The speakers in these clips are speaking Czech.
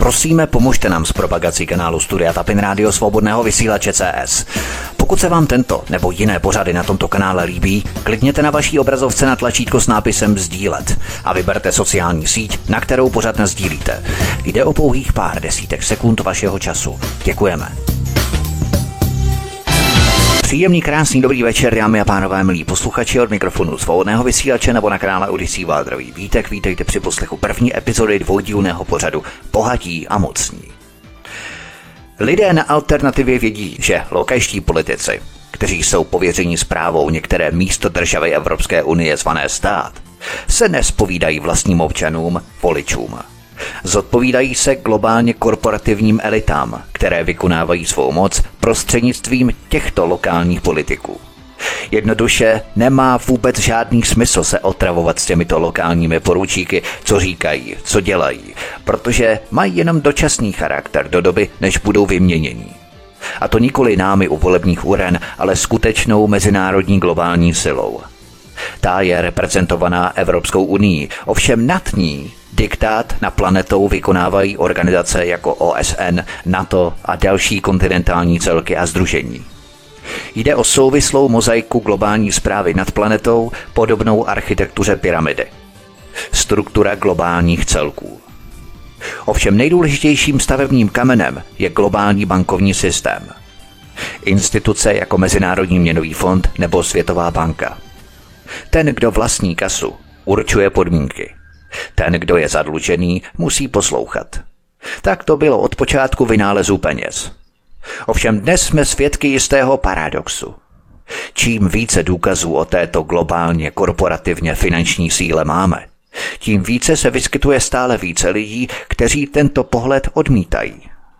Prosíme, pomožte nám s propagací kanálu Studia Tapin Rádio Svobodného vysílače CS. Pokud se vám tento nebo jiné pořady na tomto kanále líbí, klikněte na vaší obrazovce na tlačítko s nápisem sdílet a vyberte sociální síť, na kterou pořad nasdílíte. Jde o pouhých pár desítek sekund vašeho času. Děkujeme. Příjemný, krásný, dobrý večer, dámy a pánové, milí posluchači, od mikrofonu Svobodného vysílače nebo na kanále Odyssey vás zdraví Vítek. Vítejte při poslechu první epizody dvoudílného pořadu Bohatí a mocní. Lidé na alternativě vědí, že lokajští politici, kteří jsou pověření správou některé místodržavy Evropské unie zvané stát, se nespovídají vlastním občanům, voličům. Zodpovídají se globálně korporativním elitám, které vykonávají svou moc prostřednictvím těchto lokálních politiků. Jednoduše nemá vůbec žádný smysl se otravovat s těmito lokálními poručíky, co říkají, co dělají, protože mají jenom dočasný charakter do doby, než budou vyměnění. A to nikoli námi u volebních uren, ale skutečnou mezinárodní globální silou. Ta je reprezentovaná Evropskou unií, ovšem nad ní diktát na planetou vykonávají organizace jako OSN, NATO a další kontinentální celky a sdružení. Jde o souvislou mozaiku globální správy nad planetou, podobnou architektuře pyramidy. Struktura globálních celků. Ovšem nejdůležitějším stavebním kamenem je globální bankovní systém. Instituce jako Mezinárodní měnový fond nebo Světová banka. Ten, kdo vlastní kasu, určuje podmínky. Ten, kdo je zadlužený, musí poslouchat. Tak to bylo od počátku vynálezu peněz. Ovšem dnes jsme svědky jistého paradoxu. Čím více důkazů o této globálně korporativně finanční síle máme, tím více se vyskytuje stále více lidí, kteří tento pohled odmítají.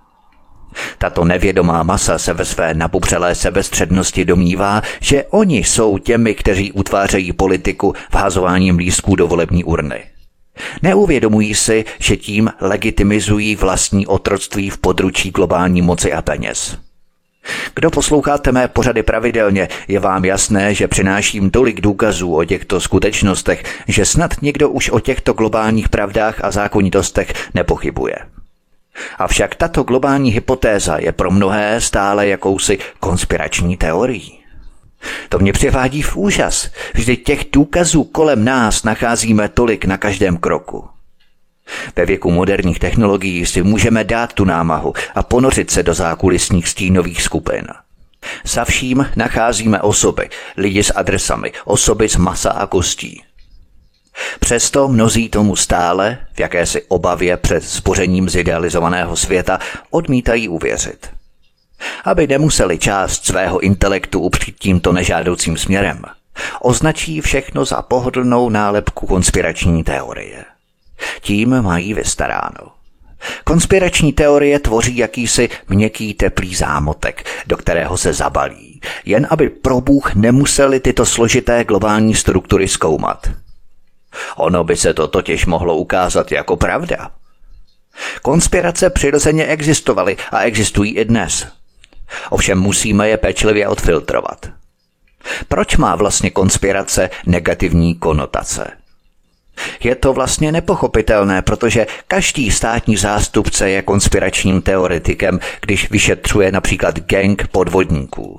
Tato nevědomá masa se ve své nabubřelé sebestřednosti domnívá, že oni jsou těmi, kteří utvářejí politiku vhazováním lístků do volební urny. Neuvědomují si, že tím legitimizují vlastní otroctví v područí globální moci a peněz. Kdo posloucháte mé pořady pravidelně, je vám jasné, že přináším tolik důkazů o těchto skutečnostech, že snad někdo už o těchto globálních pravdách a zákonitostech nepochybuje. Avšak tato globální hypotéza je pro mnohé stále jakousi konspirační teorií. To mě přivádí v úžas, vždyť těch důkazů kolem nás nacházíme tolik na každém kroku. Ve věku moderních technologií si můžeme dát tu námahu a ponořit se do zákulisních stínových skupin. Za vším nacházíme osoby, lidi s adresami, osoby z masa a kostí. Přesto mnozí tomu stále, v jakési obavě před zbořením zidealizovaného světa, odmítají uvěřit. Aby nemuseli část svého intelektu upřít tímto nežádoucím směrem, označí všechno za pohodlnou nálepku konspirační teorie. Tím mají vystaráno. Konspirační teorie tvoří jakýsi měkký teplý zámotek, do kterého se zabalí, jen aby pro Bůh nemuseli tyto složité globální struktury zkoumat. Ono by se to totiž mohlo ukázat jako pravda. Konspirace přirozeně existovaly a existují i dnes. Ovšem musíme je pečlivě odfiltrovat. Proč má vlastně konspirace negativní konotace? Je to vlastně nepochopitelné, protože každý státní zástupce je konspiračním teoretikem, když vyšetřuje například gang podvodníků.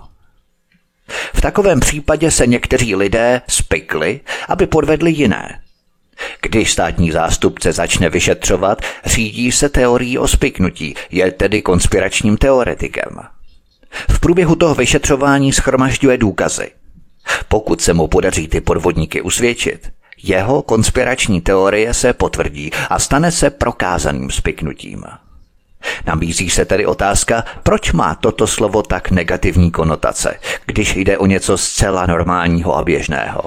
V takovém případě se někteří lidé spikli, aby podvedli jiné. Když státní zástupce začne vyšetřovat, řídí se teorií o spiknutí, je tedy konspiračním teoretikem. V průběhu toho vyšetřování shromažďuje důkazy. Pokud se mu podaří ty podvodníky usvědčit, jeho konspirační teorie se potvrdí a stane se prokázaným spiknutím. Nabízí se tedy otázka, proč má toto slovo tak negativní konotace, když jde o něco zcela normálního a běžného.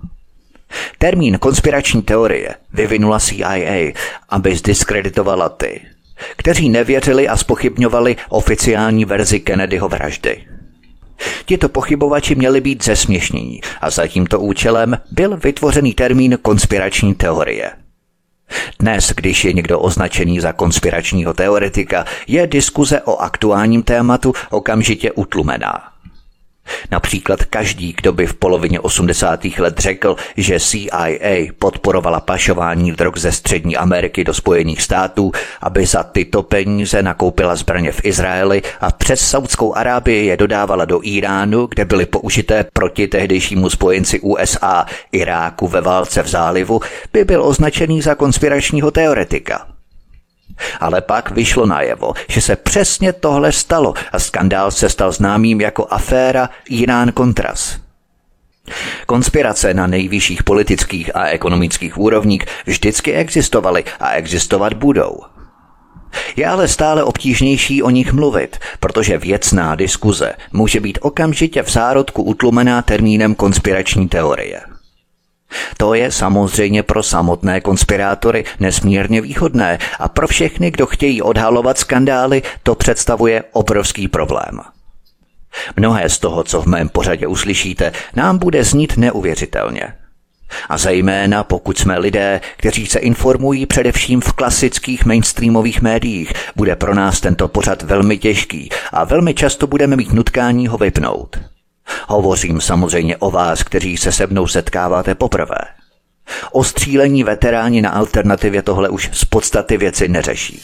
Termín konspirační teorie vyvinula CIA, aby zdiskreditovala ty, kteří nevěřili a zpochybňovali oficiální verzi Kennedyho vraždy. Tito pochybovači měli být zesměšnění a za tímto účelem byl vytvořený termín konspirační teorie. Dnes, když je někdo označený za konspiračního teoretika, je diskuze o aktuálním tématu okamžitě utlumená. Například každý, kdo by v polovině 80. let řekl, že CIA podporovala pašování drog ze Střední Ameriky do Spojených států, aby za tyto peníze nakoupila zbraně v Izraeli a přes Saudskou Arábii je dodávala do Iránu, kde byly použité proti tehdejšímu spojenci USA Iráku ve válce v zálivu, by byl označený za konspiračního teoretika. Ale pak vyšlo najevo, že se přesně tohle stalo a skandál se stal známým jako aféra Irán-Contras. Konspirace na nejvyšších politických a ekonomických úrovních vždycky existovaly a existovat budou. Je ale stále obtížnější o nich mluvit, protože věcná diskuze může být okamžitě v zárodku utlumená termínem konspirační teorie. To je samozřejmě pro samotné konspirátory nesmírně výhodné a pro všechny, kdo chtějí odhalovat skandály, to představuje obrovský problém. Mnohé z toho, co v mém pořadě uslyšíte, nám bude znít neuvěřitelně. A zejména pokud jsme lidé, kteří se informují především v klasických mainstreamových médiích, bude pro nás tento pořad velmi těžký a velmi často budeme mít nutkání ho vypnout. Hovořím samozřejmě o vás, kteří se se mnou setkáváte poprvé. Ostřílení veteráni na alternativě tohle už z podstaty věci neřeší.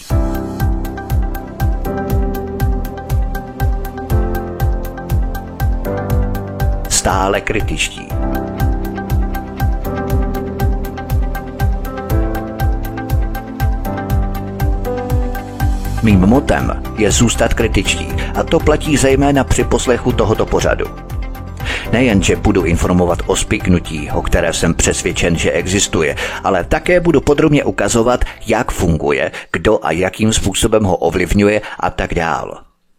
Stále kritičtí. Mým motem je zůstat kritičtí a to platí zejména při poslechu tohoto pořadu. Nejen, že budu informovat o spiknutí, o které jsem přesvědčen, že existuje, ale také budu podrobně ukazovat, jak funguje, kdo a jakým způsobem ho ovlivňuje a tak dál.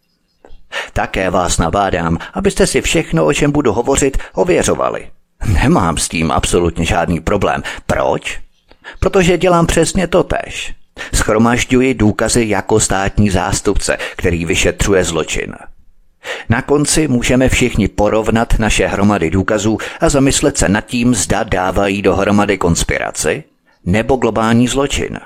Také vás nabádám, abyste si všechno, o čem budu hovořit, ověřovali. Nemám s tím absolutně žádný problém. Proč? Protože dělám přesně totéž. Shromažďuji důkazy jako státní zástupce, který vyšetřuje zločin. Na konci můžeme všichni porovnat naše hromady důkazů a zamyslet se nad tím, zda dávají dohromady konspiraci nebo globální zločin.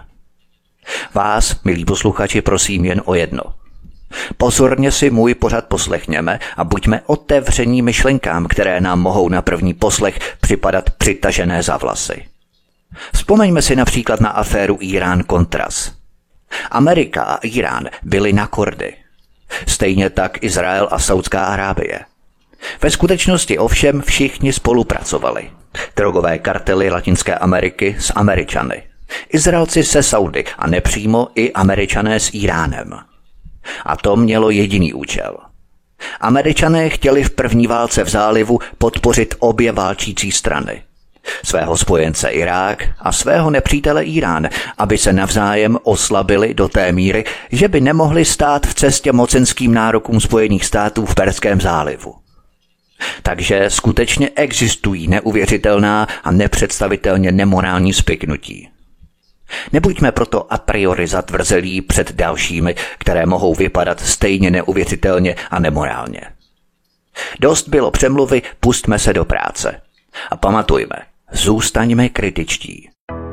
Vás, milí posluchači, prosím jen o jedno. Pozorně si můj pořad poslechněme a buďme otevření myšlenkám, které nám mohou na první poslech připadat přitažené za vlasy. Vzpomeňme si například na aféru Irán-Contras. Amerika a Irán byly na kordy. Stejně tak Izrael a Saudská Arábie. Ve skutečnosti ovšem všichni spolupracovali. Drogové kartely Latinské Ameriky s Američany. Izraelci se Saudy a nepřímo i Američané s Iránem. A to mělo jediný účel. Američané chtěli v první válce v zálivu podpořit obě válčící strany. Svého spojence Irák a svého nepřítele Irán, aby se navzájem oslabili do té míry, že by nemohli stát v cestě mocenským nárokům Spojených států v Perském zálivu. Takže skutečně existují neuvěřitelná a nepředstavitelně nemorální spiknutí. Nebuďme proto a priori zatvrzelí před dalšími, které mohou vypadat stejně neuvěřitelně a nemorálně. Dost bylo přemluvy, pustme se do práce. A pamatujme, zůstaňme kritičtí.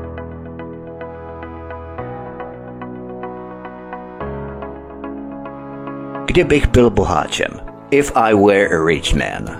Kdybych byl boháčem. If I were a rich man.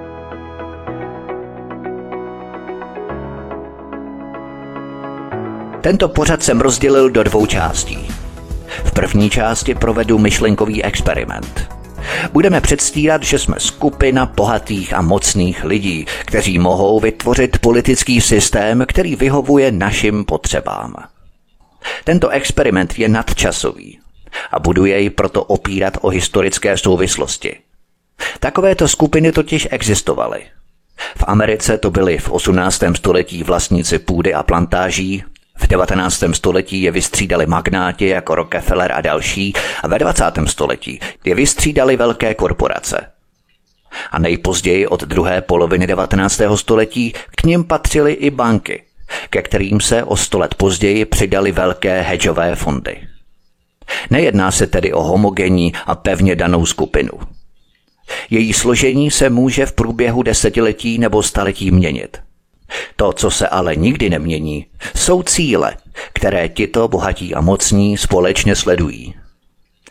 Tento pořad jsem rozdělil do 2 částí. V první části provedu myšlenkový experiment. Budeme předstírat, že jsme skupina bohatých a mocných lidí, kteří mohou vytvořit politický systém, který vyhovuje našim potřebám. Tento experiment je nadčasový a budu jej proto opírat o historické souvislosti. Takovéto skupiny totiž existovaly. V Americe to byli v 18. století vlastníci půdy a plantáží, v 19. století je vystřídali magnáti jako Rockefeller a další a ve 20. století je vystřídali velké korporace. A nejpozději od druhé poloviny 19. století k nim patřily i banky, ke kterým se o 100 let později přidali velké hedžové fondy. Nejedná se tedy o homogenní a pevně danou skupinu. Její složení se může v průběhu desetiletí nebo staletí měnit. To, co se ale nikdy nemění, jsou cíle, které tito bohatí a mocní společně sledují.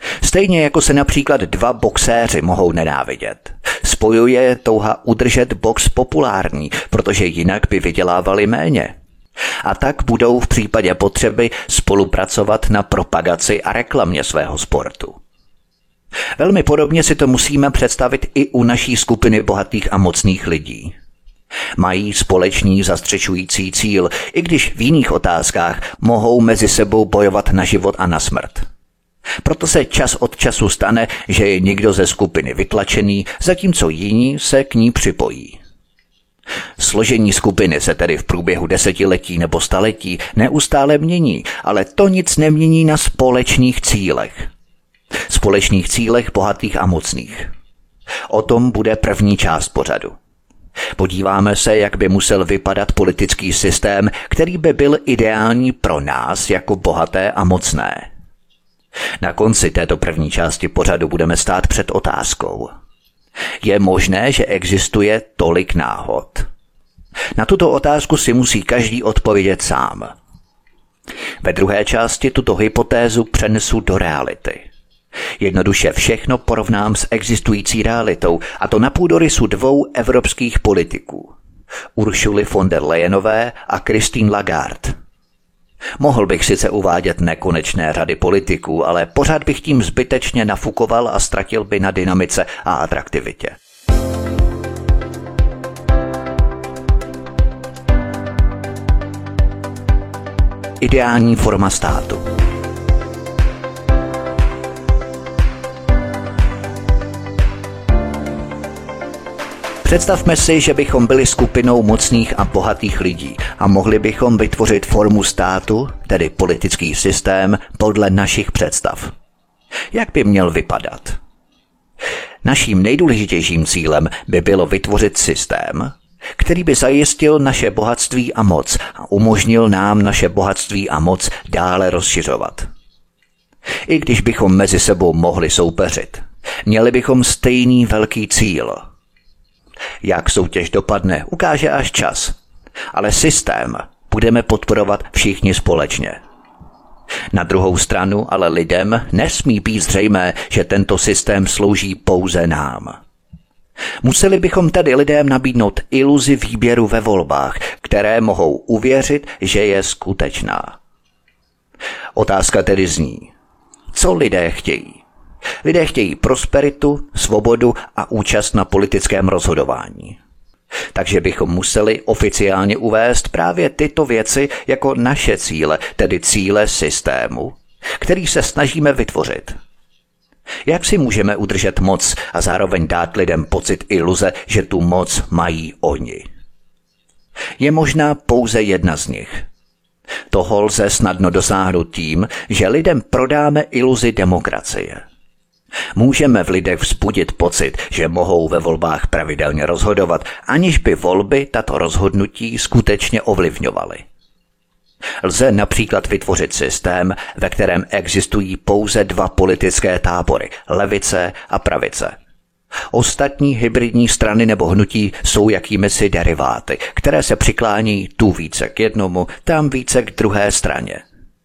Stejně jako se například dva boxéři mohou nenávidět. Spojuje je touha udržet box populární, protože jinak by vydělávali méně. A tak budou v případě potřeby spolupracovat na propagaci a reklamě svého sportu. Velmi podobně si to musíme představit i u naší skupiny bohatých a mocných lidí. Mají společný zastřešující cíl, i když v jiných otázkách mohou mezi sebou bojovat na život a na smrt. Proto se čas od času stane, že je někdo ze skupiny vytlačený, zatímco jiní se k ní připojí. Složení skupiny se tedy v průběhu desetiletí nebo staletí neustále mění, ale to nic nemění na společných cílech. Společných cílech bohatých a mocných. O tom bude první část pořadu. Podíváme se, jak by musel vypadat politický systém, který by byl ideální pro nás jako bohaté a mocné. Na konci této první části pořadu budeme stát před otázkou. Je možné, že existuje tolik náhod? Na tuto otázku si musí každý odpovědět sám. Ve druhé části tuto hypotézu přenesu do reality. Jednoduše všechno porovnám s existující realitou, a to na půdorysu dvou evropských politiků. Ursuly von der Leyenové a Christine Lagarde. Mohl bych sice uvádět nekonečné řady politiků, ale pořád bych tím zbytečně nafukoval a ztratil by na dynamice a atraktivitě. Ideální forma státu. Představme si, že bychom byli skupinou mocných a bohatých lidí a mohli bychom vytvořit formu státu, tedy politický systém, podle našich představ. Jak by měl vypadat? Naším nejdůležitějším cílem by bylo vytvořit systém, který by zajistil naše bohatství a moc a umožnil nám naše bohatství a moc dále rozšiřovat. I když bychom mezi sebou mohli soupeřit, měli bychom stejný velký cíl. Jak soutěž dopadne, ukáže až čas. Ale systém budeme podporovat všichni společně. Na druhou stranu ale lidem nesmí být zřejmé, že tento systém slouží pouze nám. Museli bychom tedy lidem nabídnout iluzi výběru ve volbách, které mohou uvěřit, že je skutečná. Otázka tedy zní, co lidé chtějí? Lidé chtějí prosperitu, svobodu a účast na politickém rozhodování. Takže bychom museli oficiálně uvést právě tyto věci jako naše cíle, tedy cíle systému, který se snažíme vytvořit. Jak si můžeme udržet moc a zároveň dát lidem pocit iluze, že tu moc mají oni? Je možná pouze jedna z nich. Toho lze snadno dosáhnout tím, že lidem prodáme iluzi demokracie. Můžeme v lidech vzbudit pocit, že mohou ve volbách pravidelně rozhodovat, aniž by volby tato rozhodnutí skutečně ovlivňovaly. Lze například vytvořit systém, ve kterém existují pouze dva politické tábory, levice a pravice. Ostatní hybridní strany nebo hnutí jsou jakýmisi deriváty, které se přiklání tu více k jednomu, tam více k druhé straně.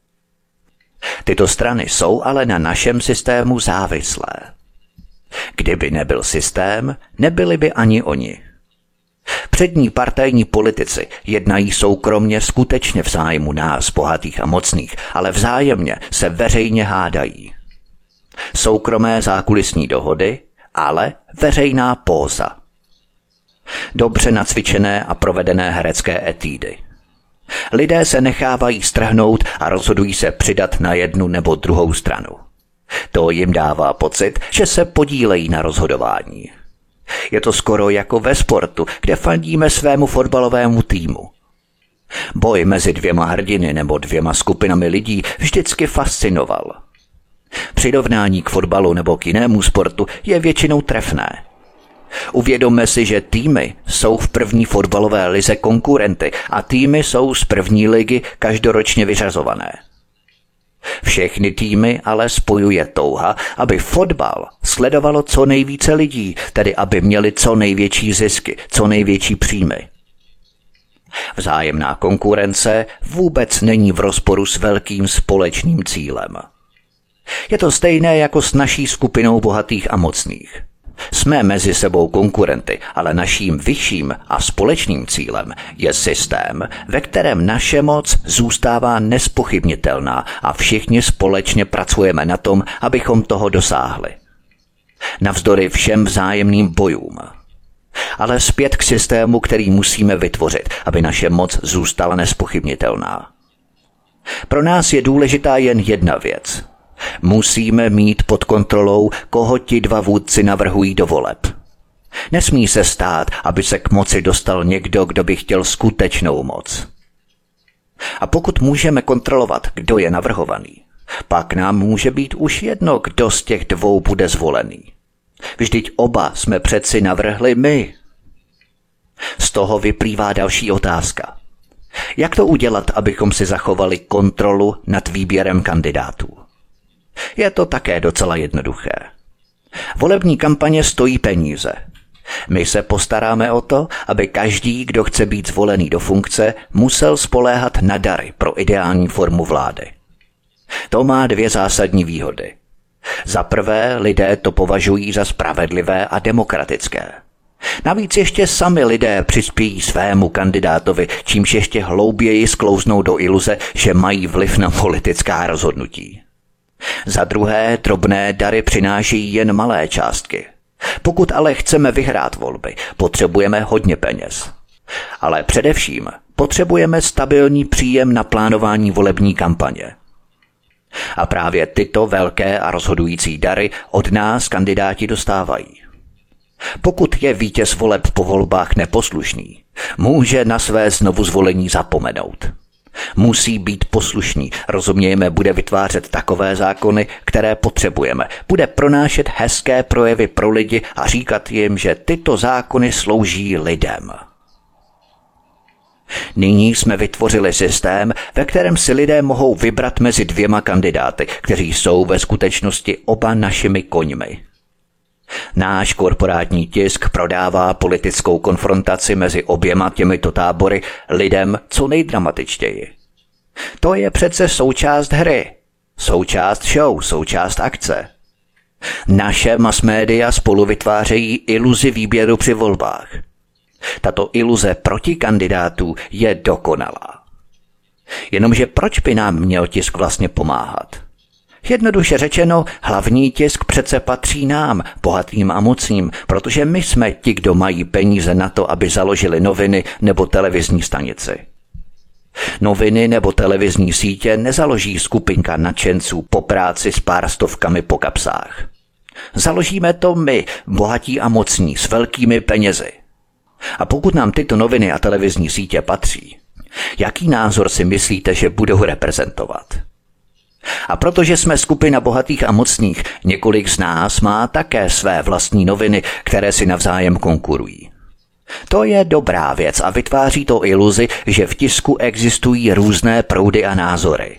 Tyto strany jsou ale na našem systému závislé. Kdyby nebyl systém, nebyli by ani oni. Přední partajní politici jednají soukromně skutečně v zájmu nás, bohatých a mocných, ale vzájemně se veřejně hádají. Soukromé zákulisní dohody, ale veřejná póza. Dobře nacvičené a provedené herecké etídy. Lidé se nechávají strhnout a rozhodují se přidat na jednu nebo druhou stranu. To jim dává pocit, že se podílejí na rozhodování. Je to skoro jako ve sportu, kde fandíme svému fotbalovému týmu. Boj mezi dvěma hrdiny nebo dvěma skupinami lidí vždycky fascinoval. Přirovnání k fotbalu nebo k jinému sportu je většinou trefné. Uvědomme si, že týmy jsou v první fotbalové lize konkurenty a týmy jsou z první ligy každoročně vyřazované. Všechny týmy ale spojuje touha, aby fotbal sledovalo co nejvíce lidí, tedy aby měli co největší zisky, co největší příjmy. Vzájemná konkurence vůbec není v rozporu s velkým společným cílem. Je to stejné jako s naší skupinou bohatých a mocných. Jsme mezi sebou konkurenty, ale naším vyšším a společným cílem je systém, ve kterém naše moc zůstává nespochybnitelná a všichni společně pracujeme na tom, abychom toho dosáhli. Navzdory všem vzájemným bojům. Ale zpět k systému, který musíme vytvořit, aby naše moc zůstala nespochybnitelná. Pro nás je důležitá jen jedna věc. Musíme mít pod kontrolou, koho ti dva vůdci navrhují do voleb. Nesmí se stát, aby se k moci dostal někdo, kdo by chtěl skutečnou moc. A pokud můžeme kontrolovat, kdo je navrhovaný, pak nám může být už jedno, kdo z těch dvou bude zvolený. Vždyť oba jsme přeci navrhli my. Z toho vyplývá další otázka. Jak to udělat, abychom si zachovali kontrolu nad výběrem kandidátů? Je to také docela jednoduché. Volební kampaně stojí peníze. My se postaráme o to, aby každý, kdo chce být zvolený do funkce, musel spoléhat na dary pro ideální formu vlády. To má dvě zásadní výhody. Za prvé, lidé to považují za spravedlivé a demokratické. Navíc ještě sami lidé přispějí svému kandidátovi, čímž ještě hlouběji sklouznou do iluze, že mají vliv na politická rozhodnutí. Za druhé, drobné dary přinášejí jen malé částky. Pokud ale chceme vyhrát volby, potřebujeme hodně peněz. Ale především potřebujeme stabilní příjem na plánování volební kampaně. A právě tyto velké a rozhodující dary od nás kandidáti dostávají. Pokud je vítěz voleb po volbách neposlušný, může na své znovuzvolení zapomenout. Musí být poslušný, rozumějme, bude vytvářet takové zákony, které potřebujeme, bude pronášet hezké projevy pro lidi a říkat jim, že tyto zákony slouží lidem. Nyní jsme vytvořili systém, ve kterém si lidé mohou vybrat mezi dvěma kandidáty, kteří jsou ve skutečnosti oba našimi koňmi. Náš korporátní tisk prodává politickou konfrontaci mezi oběma těmito tábory lidem co nejdramatičtěji. To je přece součást hry, součást show, součást akce. Naše masmédia spolu vytvářejí iluzi výběru při volbách. Tato iluze protikandidátů je dokonalá. Jenomže proč by nám měl tisk vlastně pomáhat? Jednoduše řečeno, hlavní tisk přece patří nám, bohatým a mocným, protože my jsme ti, kdo mají peníze na to, aby založili noviny nebo televizní stanici. Noviny nebo televizní sítě nezaloží skupinka nadšenců po práci s pár stovkami po kapsách. Založíme to my, bohatí a mocní, s velkými penězi. A pokud nám tyto noviny a televizní sítě patří, jaký názor si myslíte, že budou reprezentovat? A protože jsme skupina bohatých a mocných, několik z nás má také své vlastní noviny, které si navzájem konkurují. To je dobrá věc a vytváří to iluzi, že v tisku existují různé proudy a názory.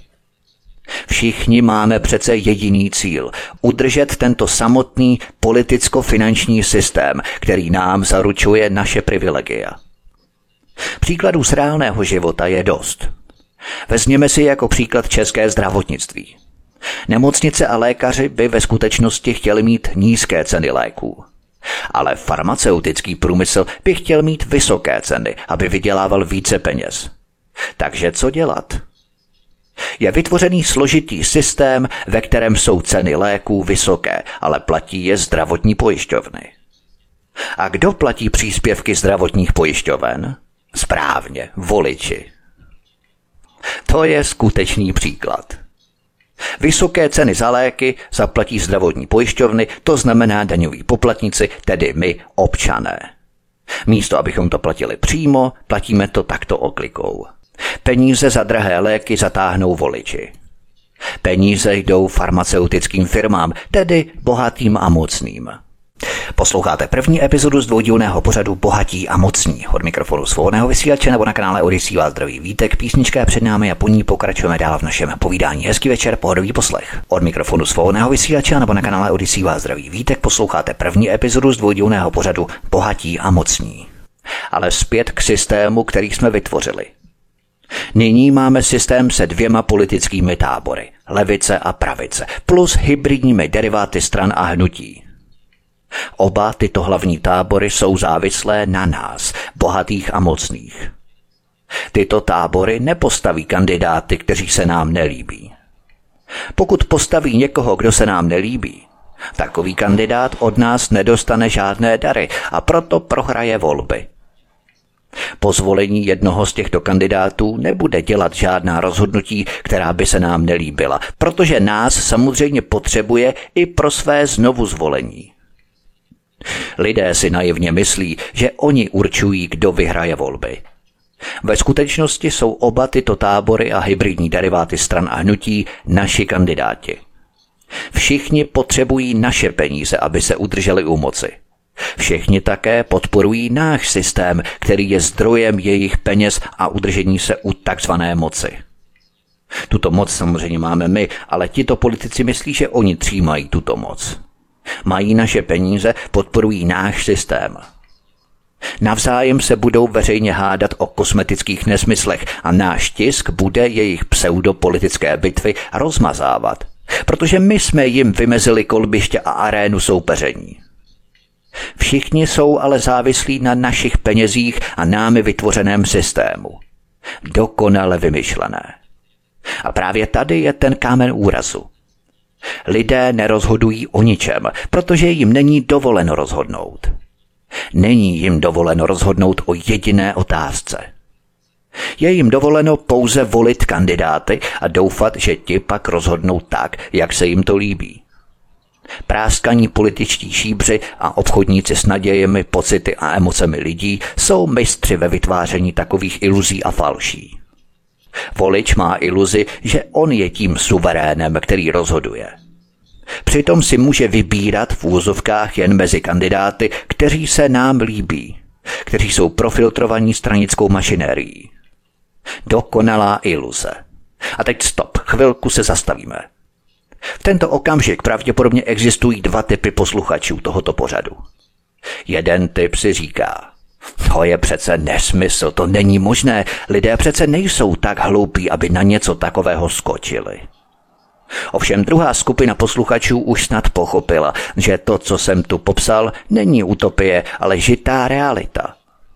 Všichni máme přece jediný cíl – udržet tento samotný politicko-finanční systém, který nám zaručuje naše privilegia. Příkladů z reálného života je dost. Vezměme si jako příklad české zdravotnictví. Nemocnice a lékaři by ve skutečnosti chtěli mít nízké ceny léků. Ale farmaceutický průmysl by chtěl mít vysoké ceny, aby vydělával více peněz. Takže co dělat? Je vytvořený složitý systém, ve kterém jsou ceny léků vysoké, ale platí je zdravotní pojišťovny. A kdo platí příspěvky zdravotních pojišťoven? Správně, voliči. To je skutečný příklad. Vysoké ceny za léky zaplatí zdravotní pojišťovny, to znamená daňoví poplatníci, tedy my, občané. Místo, abychom to platili přímo, platíme to takto oklikou. Peníze za drahé léky zatáhnou voliči. Peníze jdou farmaceutickým firmám, tedy bohatým a mocným. Posloucháte první epizodu z dvoudílného pořadu Bohatí a mocní. Od mikrofonu svobodného vysílače nebo na kanále Odyssey vás zdraví Vítek, písnička je před námi a po ní pokračujeme dál v našem povídání. Hezký večer, pohodový poslech. Od mikrofonu svobodného vysílače nebo na kanále Odyssey vás zdraví Vítek, posloucháte první epizodu z dvoudílného pořadu Bohatí a mocní. Ale zpět k systému, který jsme vytvořili. Nyní máme systém se dvěma politickými tábory, levice a pravice, plus hybridními deriváty stran a hnutí. Oba tyto hlavní tábory jsou závislé na nás, bohatých a mocných. Tyto tábory nepostaví kandidáty, kteří se nám nelíbí. Pokud postaví někoho, kdo se nám nelíbí, takový kandidát od nás nedostane žádné dary a proto prohraje volby. Po zvolení jednoho z těchto kandidátů nebude dělat žádná rozhodnutí, která by se nám nelíbila, protože nás samozřejmě potřebuje i pro své znovuzvolení. Lidé si naivně myslí, že oni určují, kdo vyhraje volby. Ve skutečnosti jsou oba tyto tábory a hybridní deriváty stran a hnutí naši kandidáti. Všichni potřebují naše peníze, aby se udrželi u moci. Všichni také podporují náš systém, který je zdrojem jejich peněz a udržení se u takzvané moci. Tuto moc samozřejmě máme my, ale tito politici myslí, že oni třímají tuto moc. Mají naše peníze, podporují náš systém. Navzájem se budou veřejně hádat o kosmetických nesmyslech a náš tisk bude jejich pseudopolitické bitvy rozmazávat, protože my jsme jim vymezili kolbiště a arénu soupeření. Všichni jsou ale závislí na našich penězích a námi vytvořeném systému. Dokonale vymyšlené. A právě tady je ten kámen úrazu. Lidé nerozhodují o ničem, protože jim není dovoleno rozhodnout. Není jim dovoleno rozhodnout o jediné otázce. Je jim dovoleno pouze volit kandidáty a doufat, že ti pak rozhodnou tak, jak se jim to líbí. Práskaní političtí šíbři a obchodníci s nadějemi, pocity a emocemi lidí jsou mistři ve vytváření takových iluzí a falší. Volič má iluzi, že on je tím suverénem, který rozhoduje. Přitom si může vybírat v úvozovkách jen mezi kandidáty, kteří se nám líbí, kteří jsou profiltrovaní stranickou mašinérií. Dokonalá iluze. A teď stop, chvilku se zastavíme. V tento okamžik pravděpodobně existují dva typy posluchačů tohoto pořadu. Jeden typ si říká: to je přece nesmysl, to není možné, lidé přece nejsou tak hloupí, aby na něco takového skočili. Ovšem druhá skupina posluchačů už snad pochopila, že to, co jsem tu popsal, není utopie, ale žitá realita.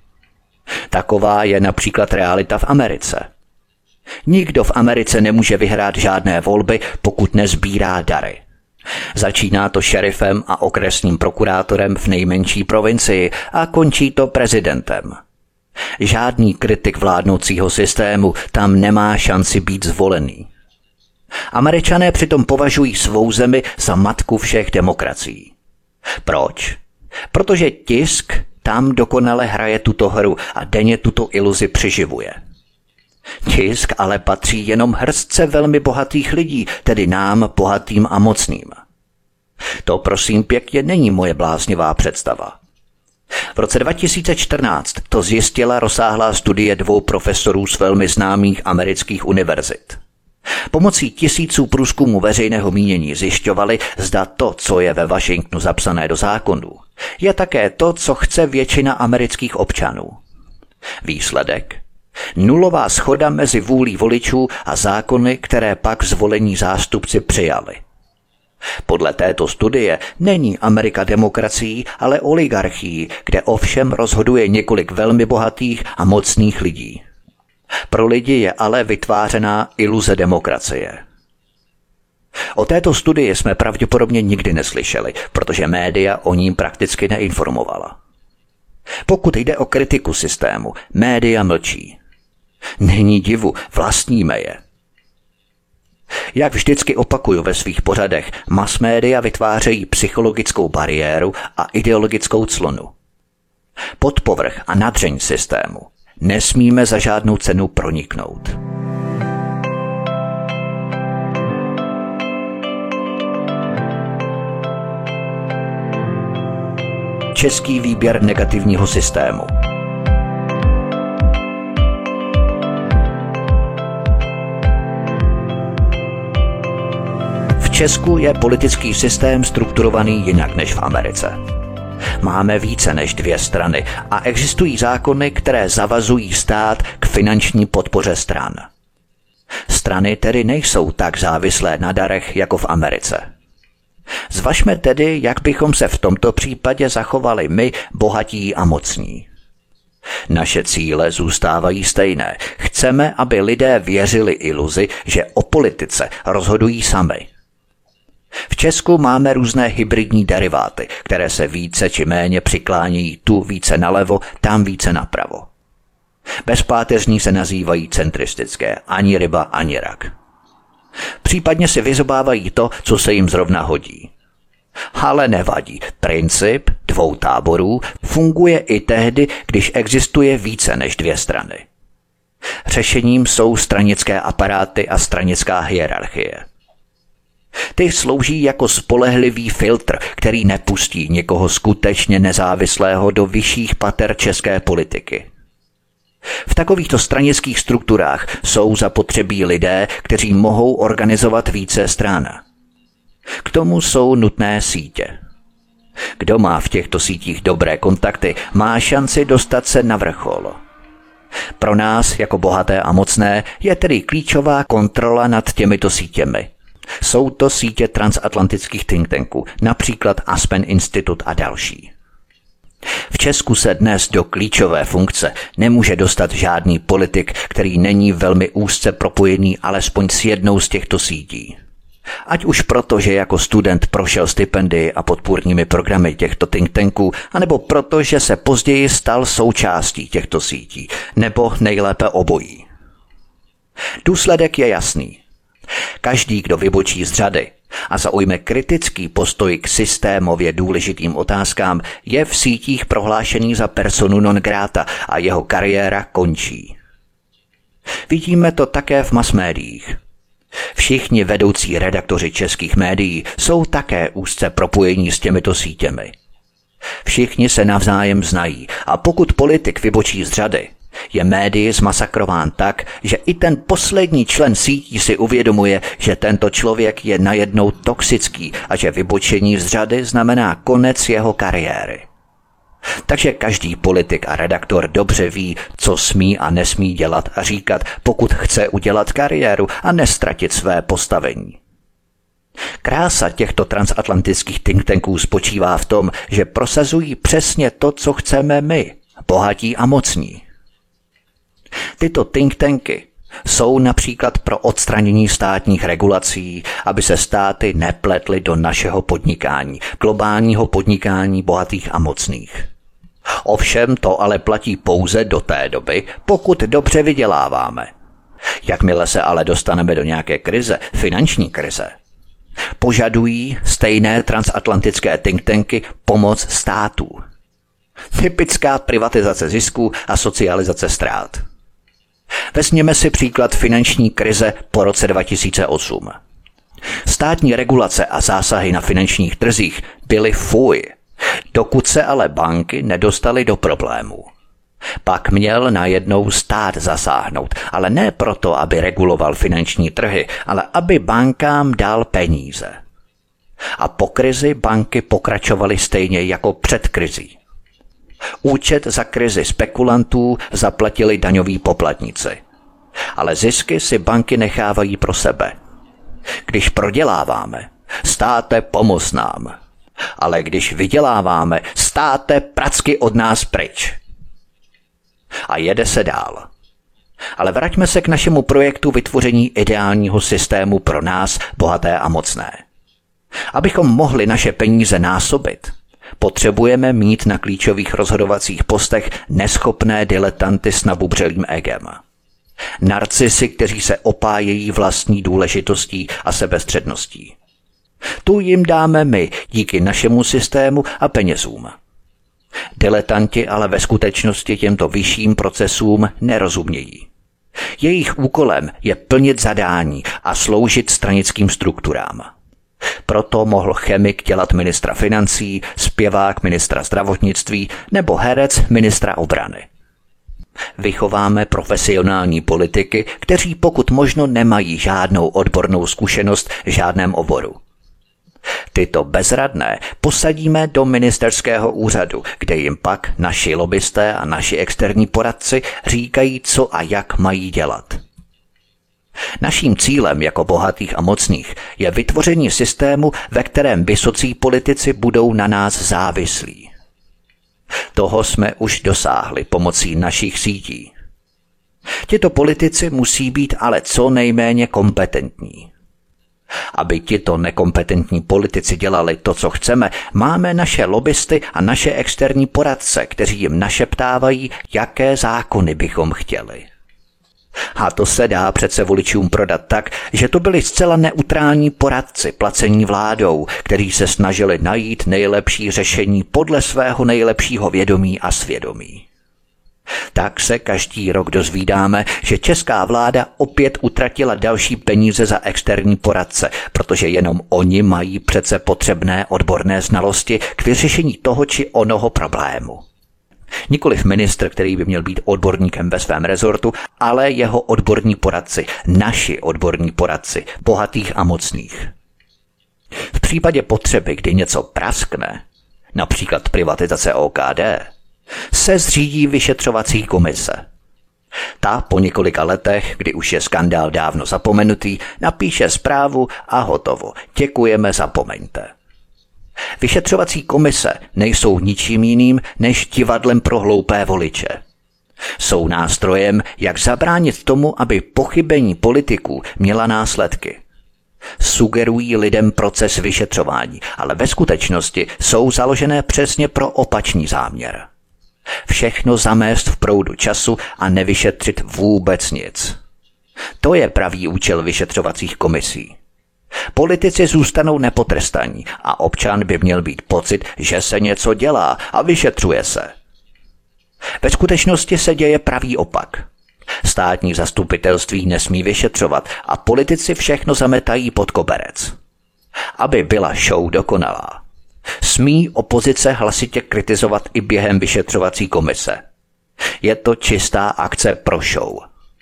Taková je například realita v Americe. Nikdo v Americe nemůže vyhrát žádné volby, pokud nezbírá dary. Začíná to šerifem a okresním prokurátorem v nejmenší provincii a končí to prezidentem. Žádný kritik vládnoucího systému tam nemá šanci být zvolený. Američané přitom považují svou zemi za matku všech demokracií. Proč? Protože tisk tam dokonale hraje tuto hru a denně tuto iluzi přiživuje. Tisk ale patří jenom hrstce velmi bohatých lidí, tedy nám, bohatým a mocným. To prosím pěkně není moje bláznivá představa. V roce 2014 to zjistila rozsáhlá studie 2 profesorů z velmi známých amerických univerzit. Pomocí tisíců průzkumů veřejného mínění zjišťovali, zda to, co je ve Washingtonu zapsané do zákonů, je také to, co chce většina amerických občanů. Výsledek? Nulová shoda mezi vůlí voličů a zákony, které pak zvolení zástupci přijali. Podle této studie není Amerika demokracií, ale oligarchií, kde ovšem rozhoduje několik velmi bohatých a mocných lidí. Pro lidi je ale vytvářená iluze demokracie. O této studii jsme pravděpodobně nikdy neslyšeli, protože média o ní prakticky neinformovala. Pokud jde o kritiku systému, média mlčí. Není divu, vlastníme je. Jak vždycky opakuju ve svých pořadech, mass média vytvářejí psychologickou bariéru a ideologickou clonu. Pod povrch a nadřeň systému nesmíme za žádnou cenu proniknout. Český výběr negativního systému. V Česku je politický systém strukturovaný jinak než v Americe. Máme více než 2 strany a existují zákony, které zavazují stát k finanční podpoře stran. Strany tedy nejsou tak závislé na darech jako v Americe. Zvažme tedy, jak bychom se v tomto případě zachovali my, bohatí a mocní. Naše cíle zůstávají stejné. Chceme, aby lidé věřili iluzi, že o politice rozhodují sami. V Česku máme různé hybridní deriváty, které se více či méně přiklánějí tu více nalevo, tam více napravo. Bezpáteřní se nazývají centristické, ani ryba, ani rak. Případně si vyzobávají to, co se jim zrovna hodí. Ale nevadí, princip dvou táborů funguje i tehdy, když existuje více než dvě strany. Řešením jsou stranické aparáty a stranická hierarchie. Ty slouží jako spolehlivý filtr, který nepustí někoho skutečně nezávislého do vyšších pater české politiky. V takovýchto stranických strukturách jsou zapotřebí lidé, kteří mohou organizovat více stran. K tomu jsou nutné sítě. Kdo má v těchto sítích dobré kontakty, má šanci dostat se na vrchol. Pro nás, jako bohaté a mocné, je tedy klíčová kontrola nad těmito sítěmi. Jsou to sítě transatlantických think tanků, například Aspen Institute a další. V Česku se dnes do klíčové funkce nemůže dostat žádný politik, který není velmi úzce propojený alespoň s jednou z těchto sítí. Ať už proto, že jako student prošel stipendii a podpůrnými programy těchto think tanků, anebo proto, že se později stal součástí těchto sítí, nebo nejlépe obojí. Důsledek je jasný. Každý, kdo vybočí z řady a zaujme kritický postoj k systémově důležitým otázkám, je v sítích prohlášený za personu non grata a jeho kariéra končí. Vidíme to také v masmédiích. Všichni vedoucí redaktoři českých médií jsou také úzce propojení s těmito sítěmi. Všichni se navzájem znají a pokud politik vybočí z řady, je médii zmasakrován tak, že i ten poslední člen sítí si uvědomuje, že tento člověk je najednou toxický a že vybočení z řady znamená konec jeho kariéry. Takže každý politik a redaktor dobře ví, co smí a nesmí dělat a říkat, pokud chce udělat kariéru a nestratit své postavení. Krása těchto transatlantických think tanků spočívá v tom, že prosazují přesně to, co chceme my, bohatí a mocní. Tyto think tanky jsou například pro odstranění státních regulací, aby se státy nepletly do našeho podnikání, globálního podnikání bohatých a mocných. Ovšem to ale platí pouze do té doby, pokud dobře vyděláváme. Jakmile se ale dostaneme do nějaké krize, finanční krize, požadují stejné transatlantické think tanky pomoc států. Typická privatizace zisků a socializace ztrát. Vezměme si příklad finanční krize po roce 2008. Státní regulace a zásahy na finančních trzích byly fuj, dokud se ale banky nedostaly do problémů. Pak měl najednou stát zasáhnout, ale ne proto, aby reguloval finanční trhy, ale aby bankám dal peníze. A po krizi banky pokračovaly stejně jako před krizí. Účet za krizi spekulantů zaplatili daňoví poplatníci. Ale zisky si banky nechávají pro sebe. Když proděláváme, státe, pomoz nám. Ale když vyděláváme, státe, pracky od nás pryč. A jede se dál. Ale vraťme se k našemu projektu vytvoření ideálního systému pro nás, bohaté a mocné. Abychom mohli naše peníze násobit, potřebujeme mít na klíčových rozhodovacích postech neschopné diletanty s nabubřelým egem. Narcisy, kteří se opájejí vlastní důležitostí a sebestředností. Tu jim dáme my díky našemu systému a penězům. Diletanti ale ve skutečnosti těmto vyšším procesům nerozumějí. Jejich úkolem je plnit zadání a sloužit stranickým strukturám. Proto mohl chemik dělat ministra financí, zpěvák ministra zdravotnictví nebo herec ministra obrany. Vychováme profesionální politiky, kteří pokud možno nemají žádnou odbornou zkušenost v žádném oboru. Tyto bezradné posadíme do ministerského úřadu, kde jim pak naši lobbysté a naši externí poradci říkají, co a jak mají dělat. Naším cílem jako bohatých a mocných je vytvoření systému, ve kterém vysocí politici budou na nás závislí. Toho jsme už dosáhli pomocí našich sítí. Tito politici musí být ale co nejméně kompetentní. Aby tito nekompetentní politici dělali to, co chceme, máme naše lobbysty a naše externí poradce, kteří jim našeptávají, jaké zákony bychom chtěli. A to se dá přece voličům prodat tak, že to byli zcela neutrální poradci placení vládou, kteří se snažili najít nejlepší řešení podle svého nejlepšího vědomí a svědomí. Tak se každý rok dozvídáme, že česká vláda opět utratila další peníze za externí poradce, protože jenom oni mají přece potřebné odborné znalosti k vyřešení toho či onoho problému. Nikoliv ministr, který by měl být odborníkem ve svém rezortu, ale jeho odborní poradci, naši odborní poradci, bohatých a mocných. V případě potřeby, kdy něco praskne, například privatizace OKD, se zřídí vyšetřovací komise. Ta po několika letech, kdy už je skandál dávno zapomenutý, napíše zprávu a hotovo. Děkujeme, zapomeňte. Vyšetřovací komise nejsou ničím jiným než divadlem pro hloupé voliče. Jsou nástrojem, jak zabránit tomu, aby pochybení politiků měla následky. Sugerují lidem proces vyšetřování, ale ve skutečnosti jsou založené přesně pro opačný záměr. Všechno zamést v proudu času a nevyšetřit vůbec nic. To je pravý účel vyšetřovacích komisí. Politici zůstanou nepotrestaní a občan by měl být pocit, že se něco dělá a vyšetřuje se. Ve skutečnosti se děje pravý opak. Státní zastupitelství nesmí vyšetřovat a politici všechno zametají pod koberec. Aby byla show dokonalá, smí opozice hlasitě kritizovat i během vyšetřovací komise. Je to čistá akce pro show.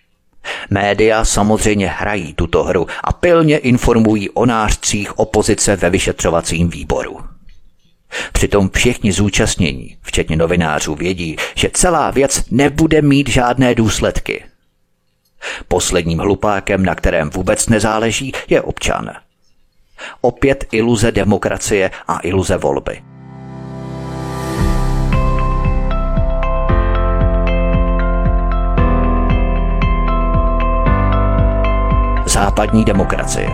Média samozřejmě hrají tuto hru a pilně informují o nářcích opozice ve vyšetřovacím výboru. Přitom všichni zúčastnění, včetně novinářů, vědí, že celá věc nebude mít žádné důsledky. Posledním hlupákem, na kterém vůbec nezáleží, je občan. Opět iluze demokracie a iluze volby. Západní demokracie.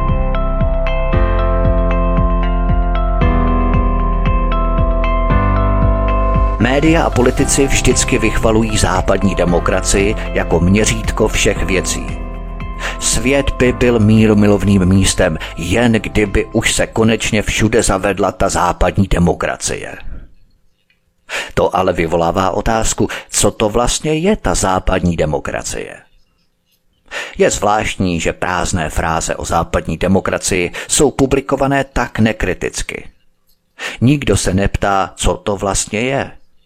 Média a politici vždycky vychvalují západní demokracii jako měřítko všech věcí. Svět by byl mírumilovným místem, jen kdyby už se konečně všude zavedla ta západní demokracie. To ale vyvolává otázku, co to vlastně je ta západní demokracie. Je zvláštní, že prázdné fráze o západní demokracii jsou publikované tak nekriticky. Nikdo se neptá, co to vlastně je.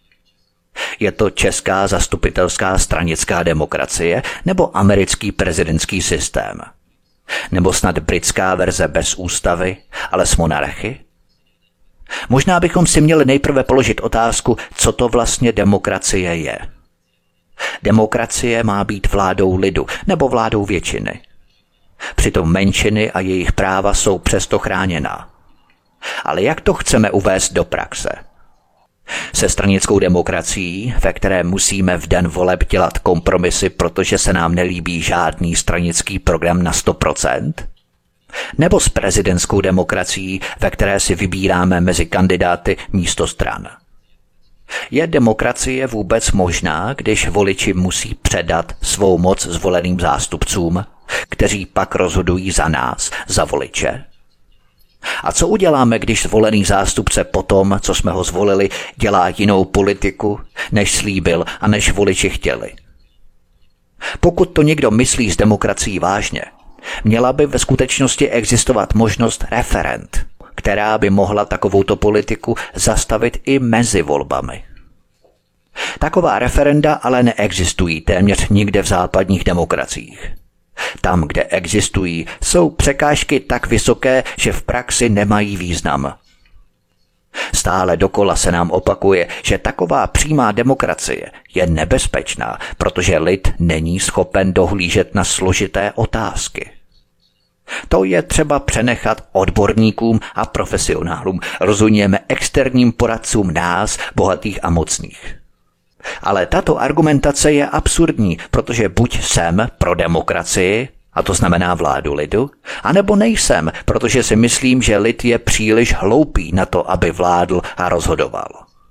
Je to česká zastupitelská stranická demokracie nebo americký prezidentský systém? Nebo snad britská verze bez ústavy, ale s monarchy? Možná bychom si měli nejprve položit otázku, co to vlastně demokracie je. Demokracie má být vládou lidu nebo vládou většiny. Přitom menšiny a jejich práva jsou přesto chráněná. Ale jak to chceme uvést do praxe? Se stranickou demokracií, ve které musíme v den voleb dělat kompromisy, protože se nám nelíbí žádný stranický program na 100%? Nebo s prezidentskou demokracií, ve které si vybíráme mezi kandidáty místo stran? Je demokracie vůbec možná, když voliči musí předat svou moc zvoleným zástupcům, kteří pak rozhodují za nás, za voliče? A co uděláme, když zvolený zástupce potom, co jsme ho zvolili, dělá jinou politiku, než slíbil a než voliči chtěli? Pokud to někdo myslí s demokracií vážně, měla by ve skutečnosti existovat možnost referend, která by mohla takovouto politiku zastavit i mezi volbami. Taková referenda ale neexistují téměř nikde v západních demokraciích. Tam, kde existují, jsou překážky tak vysoké, že v praxi nemají význam. Stále dokola se nám opakuje, že taková přímá demokracie je nebezpečná, protože lid není schopen dohlížet na složité otázky. To je třeba přenechat odborníkům a profesionálům, rozumíme externím poradcům nás, bohatých a mocných. Ale tato argumentace je absurdní, protože buď jsem pro demokracii, a to znamená vládu lidu, anebo nejsem, protože si myslím, že lid je příliš hloupý na to, aby vládl a rozhodoval.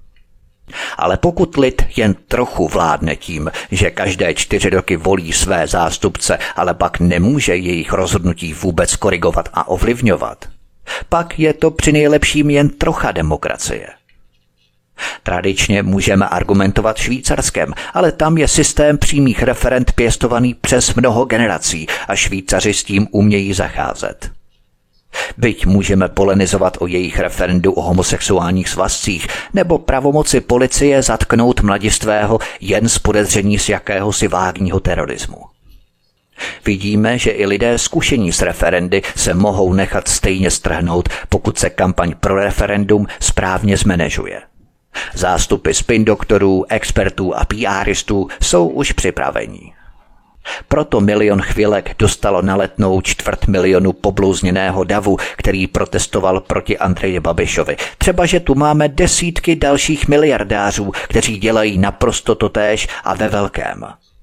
Ale pokud lid jen trochu vládne tím, že každé 4 roky volí své zástupce, ale pak nemůže jejich rozhodnutí vůbec korigovat a ovlivňovat, pak je to při nejlepším jen trocha demokracie. Tradičně můžeme argumentovat Švýcarskem, ale tam je systém přímých referend pěstovaný přes mnoho generací a Švýcaři s tím umějí zacházet. Byť můžeme polemizovat o jejich referendu o homosexuálních svazcích nebo pravomoci policie zatknout mladistvého jen z podezření z jakéhosi vágního terorismu. Vidíme, že i lidé zkušení s referendy se mohou nechat stejně strhnout, pokud se kampaň pro referendum správně zmanéžuje. Zástupy spin doktorů, expertů a PRistů jsou už připraveni. Proto 1 000 000 chvilek dostalo na Letnou 250 000 poblouzněného davu, který protestoval proti Andreji Babišovi. Třeba, že tu máme desítky dalších miliardářů, kteří dělají naprosto totéž a ve velkém.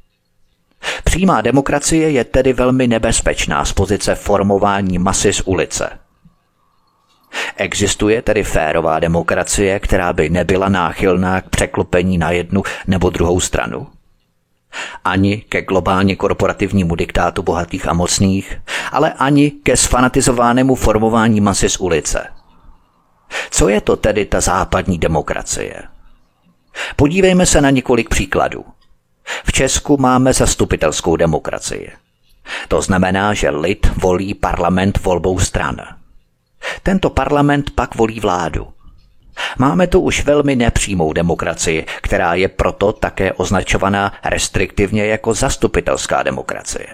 Přímá demokracie je tedy velmi nebezpečná z pozice formování masy z ulice. Existuje tedy férová demokracie, která by nebyla náchylná k překlopení na jednu nebo druhou stranu? Ani ke globálně korporativnímu diktátu bohatých a mocných, ale ani ke sfanatizovanému formování masy z ulice. Co je to tedy ta západní demokracie? Podívejme se na několik příkladů. V Česku máme zastupitelskou demokracii. To znamená, že lid volí parlament volbou stran. Tento parlament pak volí vládu. Máme tu už velmi nepřímou demokracii, která je proto také označovaná restriktivně jako zastupitelská demokracie.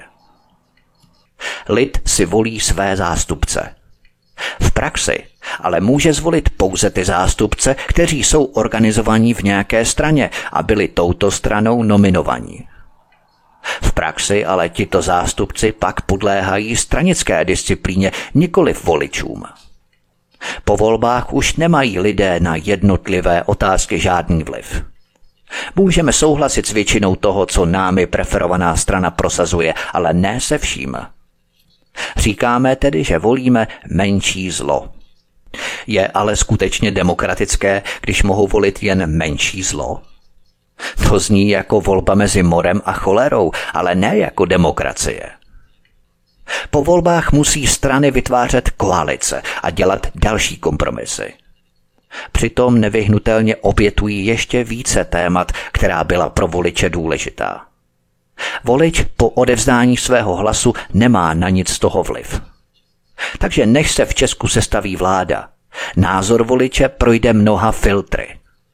Lid si volí své zástupce. V praxi ale může zvolit pouze ty zástupce, kteří jsou organizovaní v nějaké straně a byli touto stranou nominovaní. V praxi ale tito zástupci pak podléhají stranické disciplíně, nikoliv voličům. Po volbách už nemají lidé na jednotlivé otázky žádný vliv. Můžeme souhlasit s většinou toho, co námi preferovaná strana prosazuje, ale ne se vším. Říkáme tedy, že volíme menší zlo. Je ale skutečně demokratické, když mohou volit jen menší zlo? To zní jako volba mezi morem a cholerou, ale ne jako demokracie. Po volbách musí strany vytvářet koalice a dělat další kompromisy. Přitom nevyhnutelně obětují ještě více témat, která byla pro voliče důležitá. Volič po odevzdání svého hlasu nemá na nic z toho vliv. Takže než se v Česku sestaví vláda, názor voliče projde mnoha filtry.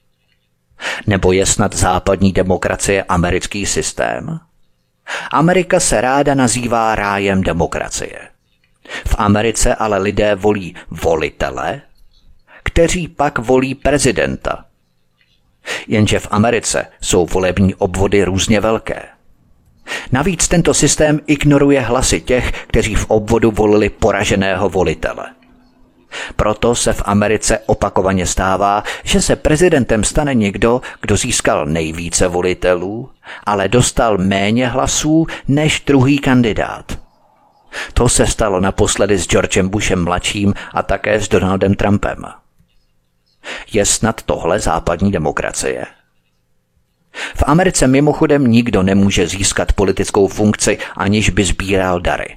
Nebo je snad západní demokracie americký systém? Amerika se ráda nazývá rájem demokracie. V Americe ale lidé volí volitele, kteří pak volí prezidenta. Jenže v Americe jsou volební obvody různě velké. Navíc tento systém ignoruje hlasy těch, kteří v obvodu volili poraženého volitele. Proto se v Americe opakovaně stává, že se prezidentem stane někdo, kdo získal nejvíce volitelů, ale dostal méně hlasů než druhý kandidát. To se stalo naposledy s Georgem Bushem mladším a také s Donaldem Trumpem. Je snad tohle západní demokracie? V Americe mimochodem nikdo nemůže získat politickou funkci, aniž by sbíral dary.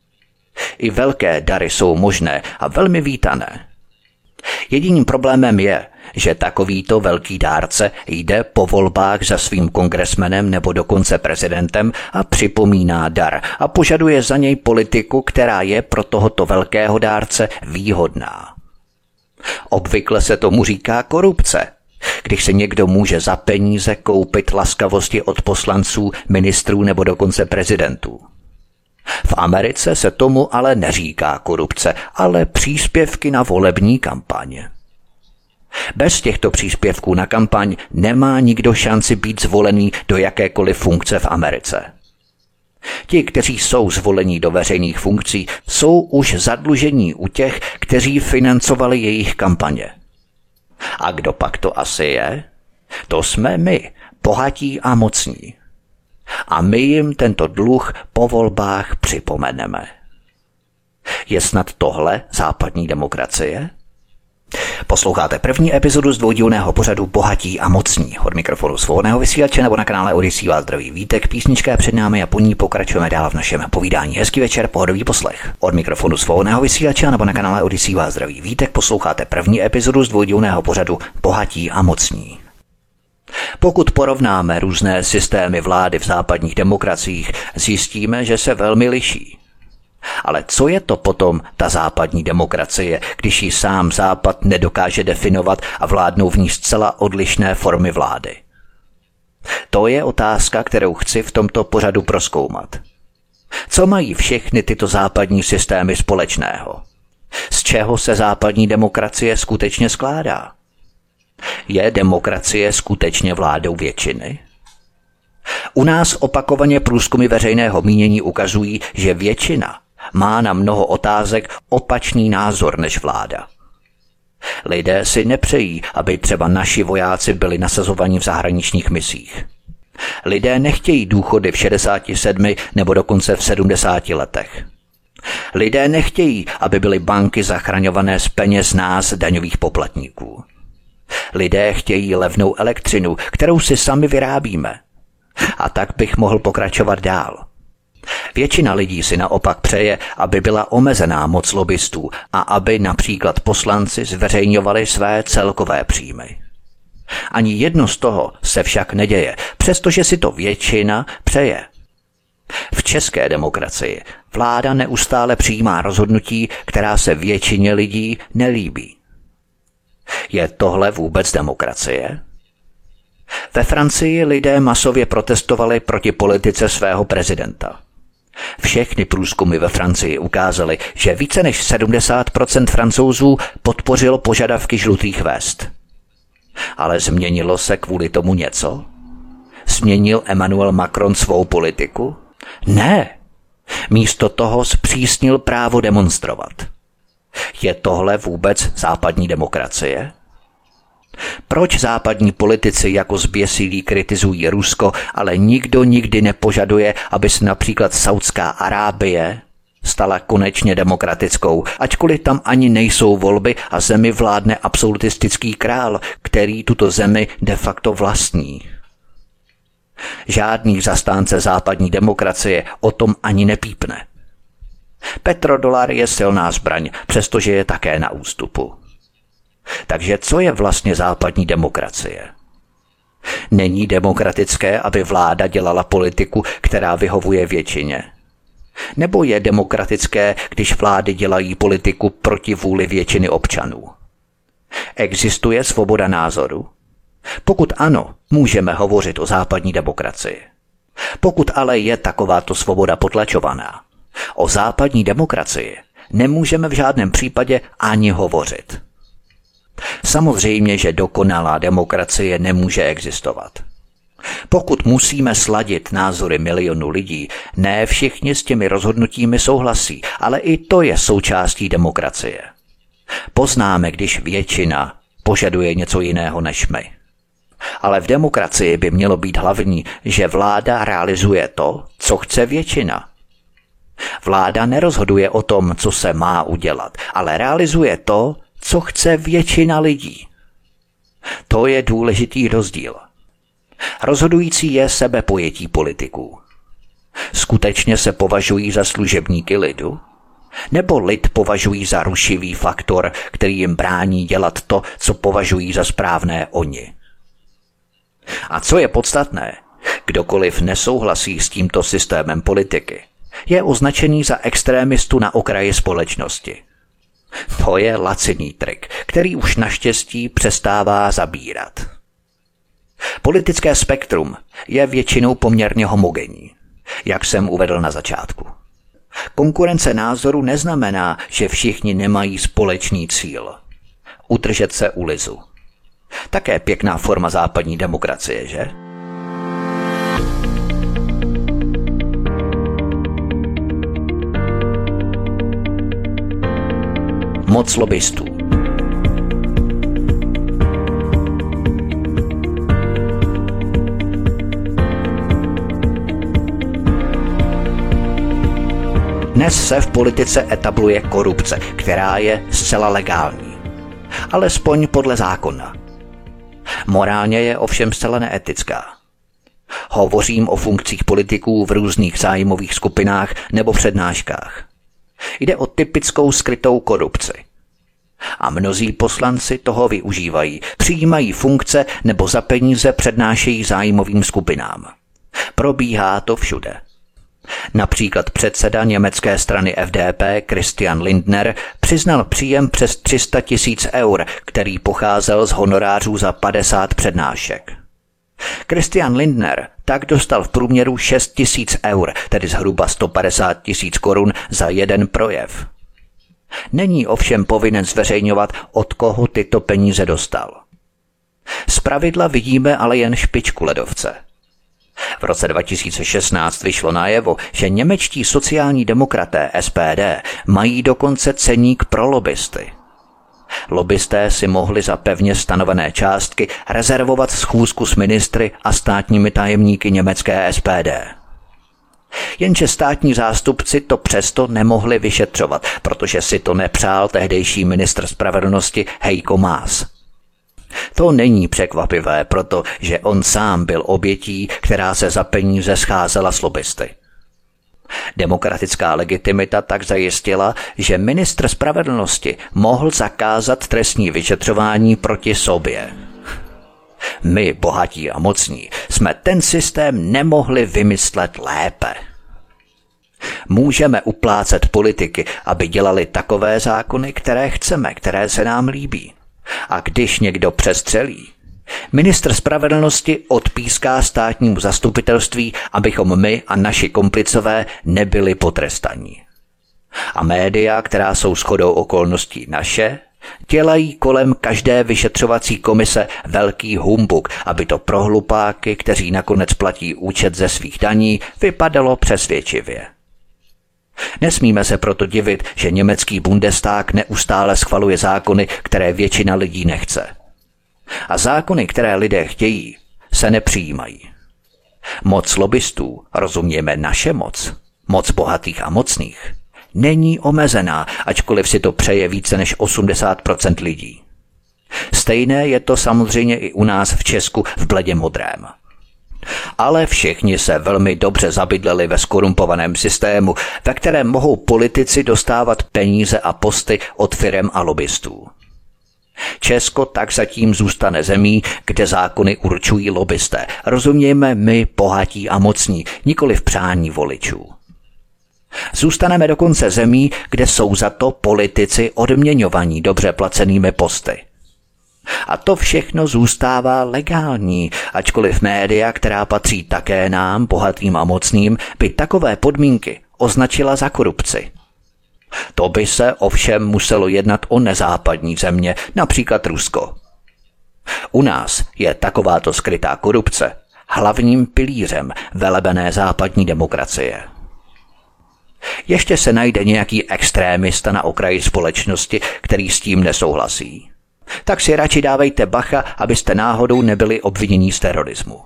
I velké dary jsou možné a velmi vítané. Jediným problémem je, že takovýto velký dárce jde po volbách za svým kongresmenem nebo dokonce prezidentem a připomíná dar a požaduje za něj politiku, která je pro tohoto velkého dárce výhodná. Obvykle se tomu říká korupce, když se někdo může za peníze koupit laskavosti od poslanců, ministrů nebo dokonce prezidentů. V Americe se tomu ale neříká korupce, ale příspěvky na volební kampaně. Bez těchto příspěvků na kampaň nemá nikdo šanci být zvolený do jakékoliv funkce v Americe. Ti, kteří jsou zvolení do veřejných funkcí, jsou už zadlužení u těch, kteří financovali jejich kampaně. A kdo pak to asi je? To jsme my, bohatí a mocní. A my jim tento dluh po volbách připomeneme. Je snad tohle západní demokracie? Posloucháte první epizodu z dvoudílného pořadu Bohatí a mocní. Od mikrofonu svobodného vysílače nebo na kanále Odyssey vás zdraví Vítek, písnička je před námi a po ní pokračujeme dál v našem povídání. Hezký večer, pohodový poslech. Od mikrofonu svobodného vysílače nebo na kanále Odyssey vás zdraví Vítek, posloucháte první epizodu z dvoudílného pořadu Bohatí a mocní. Pokud porovnáme různé systémy vlády v západních demokraciích, zjistíme, že se velmi liší. Ale co je to potom ta západní demokracie, když ji sám Západ nedokáže definovat a vládnou v ní zcela odlišné formy vlády? To je otázka, kterou chci v tomto pořadu prozkoumat. Co mají všechny tyto západní systémy společného? Z čeho se západní demokracie skutečně skládá? Je demokracie skutečně vládou většiny? U nás opakovaně průzkumy veřejného mínění ukazují, že většina má na mnoho otázek opačný názor než vláda. Lidé si nepřejí, aby třeba naši vojáci byli nasazovaní v zahraničních misích. Lidé nechtějí důchody v 67 nebo dokonce v 70 letech. Lidé nechtějí, aby byly banky zachraňované z peněz nás, daňových poplatníků. Lidé chtějí levnou elektřinu, kterou si sami vyrábíme. A tak bych mohl pokračovat dál. Většina lidí si naopak přeje, aby byla omezená moc lobbystů a aby například poslanci zveřejňovali své celkové příjmy. Ani jedno z toho se však neděje, přestože si to většina přeje. V české demokracii vláda neustále přijímá rozhodnutí, která se většině lidí nelíbí. Je tohle vůbec demokracie? Ve Francii lidé masově protestovali proti politice svého prezidenta. Všechny průzkumy ve Francii ukázaly, že více než 70% Francouzů podpořilo požadavky žlutých vest. Ale změnilo se kvůli tomu něco? Změnil Emmanuel Macron svou politiku? Ne. Místo toho zpřísnil právo demonstrovat. Je tohle vůbec západní demokracie? Proč západní politici jako zběsilí kritizují Rusko, ale nikdo nikdy nepožaduje, aby se například Saudská Arábie stala konečně demokratickou, ačkoliv tam ani nejsou volby a zemi vládne absolutistický král, který tuto zemi de facto vlastní. Žádný zastánce západní demokracie o tom ani nepípne. Petrodolar je silná zbraň, přestože je také na ústupu. Takže co je vlastně západní demokracie? Není demokratické, aby vláda dělala politiku, která vyhovuje většině? Nebo je demokratické, když vlády dělají politiku proti vůli většiny občanů? Existuje svoboda názoru? Pokud ano, můžeme hovořit o západní demokracii. Pokud ale je takováto svoboda potlačovaná, o západní demokracii nemůžeme v žádném případě ani hovořit. Samozřejmě, že dokonalá demokracie nemůže existovat. Pokud musíme sladit názory milionů lidí, ne všichni s těmi rozhodnutími souhlasí, ale i to je součástí demokracie. Poznáme, když většina požaduje něco jiného než my. Ale v demokracii by mělo být hlavní, že vláda realizuje to, co chce většina. Vláda nerozhoduje o tom, co se má udělat, ale realizuje to, co chce většina lidí. To je důležitý rozdíl. Rozhodující je sebepojetí politiků. Skutečně se považují za služebníky lidu? Nebo lid považují za rušivý faktor, který jim brání dělat to, co považují za správné oni? A co je podstatné, kdokoliv nesouhlasí s tímto systémem politiky, je označený za extrémistu na okraji společnosti. To je laciný trik, který už naštěstí přestává zabírat. Politické spektrum je většinou poměrně homogenní, jak jsem uvedl na začátku. Konkurence názoru neznamená, že všichni nemají společný cíl. Udržet se u lizu. Také pěkná forma západní demokracie, že? Moc lobbystů. Dnes se v politice etabluje korupce, která je zcela legální. Alespoň podle zákona. Morálně je ovšem zcela neetická. Hovořím o funkcích politiků v různých zájmových skupinách nebo přednáškách. Jde o typickou skrytou korupci. A mnozí poslanci toho využívají, přijímají funkce nebo za peníze přednášejí zájmovým skupinám. Probíhá to všude. Například předseda německé strany FDP Christian Lindner přiznal příjem přes 300 000 eur, který pocházel z honorářů za 50 přednášek. Christian Lindner tak dostal v průměru 6 000 eur, tedy zhruba 150 000 korun za jeden projev. Není ovšem povinen zveřejňovat, od koho tyto peníze dostal. Zpravidla vidíme ale jen špičku ledovce. V roce 2016 vyšlo najevo, že němečtí sociální demokraté SPD mají dokonce ceník pro lobbysty. Lobbysté si mohli za pevně stanovené částky rezervovat schůzku s ministry a státními tajemníky německé SPD. Jenže státní zástupci to přesto nemohli vyšetřovat, protože si to nepřál tehdejší ministr spravedlnosti Heiko Maas. To není překvapivé, protože on sám byl obětí, která se za peníze scházela s lobbysty. Demokratická legitimita tak zajistila, že ministr spravedlnosti mohl zakázat trestní vyšetřování proti sobě. My, bohatí a mocní, jsme ten systém nemohli vymyslet lépe. Můžeme uplácet politiky, aby dělali takové zákony, které chceme, které se nám líbí. A když někdo přestřelí, ministr spravedlnosti odpíská státnímu zastupitelství, abychom my a naši komplicové nebyli potrestaní. A média, která jsou shodou okolností naše, dělají kolem každé vyšetřovací komise velký humbuk, aby to pro hlupáky, kteří nakonec platí účet ze svých daní, vypadalo přesvědčivě. Nesmíme se proto divit, že německý Bundestag neustále schvaluje zákony, které většina lidí nechce. A zákony, které lidé chtějí, se nepřijímají. Moc lobbystů, rozumějme naše moc, moc bohatých a mocných, není omezená, ačkoliv si to přeje více než 80% lidí. Stejné je to samozřejmě i u nás v Česku v bledě modrém. Ale všichni se velmi dobře zabydleli ve skorumpovaném systému, ve kterém mohou politici dostávat peníze a posty od firem a lobbystů. Česko tak zatím zůstane zemí, kde zákony určují lobbysté. Rozumějme my, bohatí a mocní, nikoli v přání voličů. Zůstaneme dokonce zemí, kde jsou za to politici odměňovaní dobře placenými posty. A to všechno zůstává legální, ačkoliv média, která patří také nám, bohatým a mocným, by takové podmínky označila za korupci. To by se ovšem muselo jednat o nezápadní země, například Rusko. U nás je takováto skrytá korupce hlavním pilířem velebené západní demokracie. Ještě se najde nějaký extrémista na okraji společnosti, který s tím nesouhlasí. Tak si radši dávejte bacha, abyste náhodou nebyli obvinění z terorismu.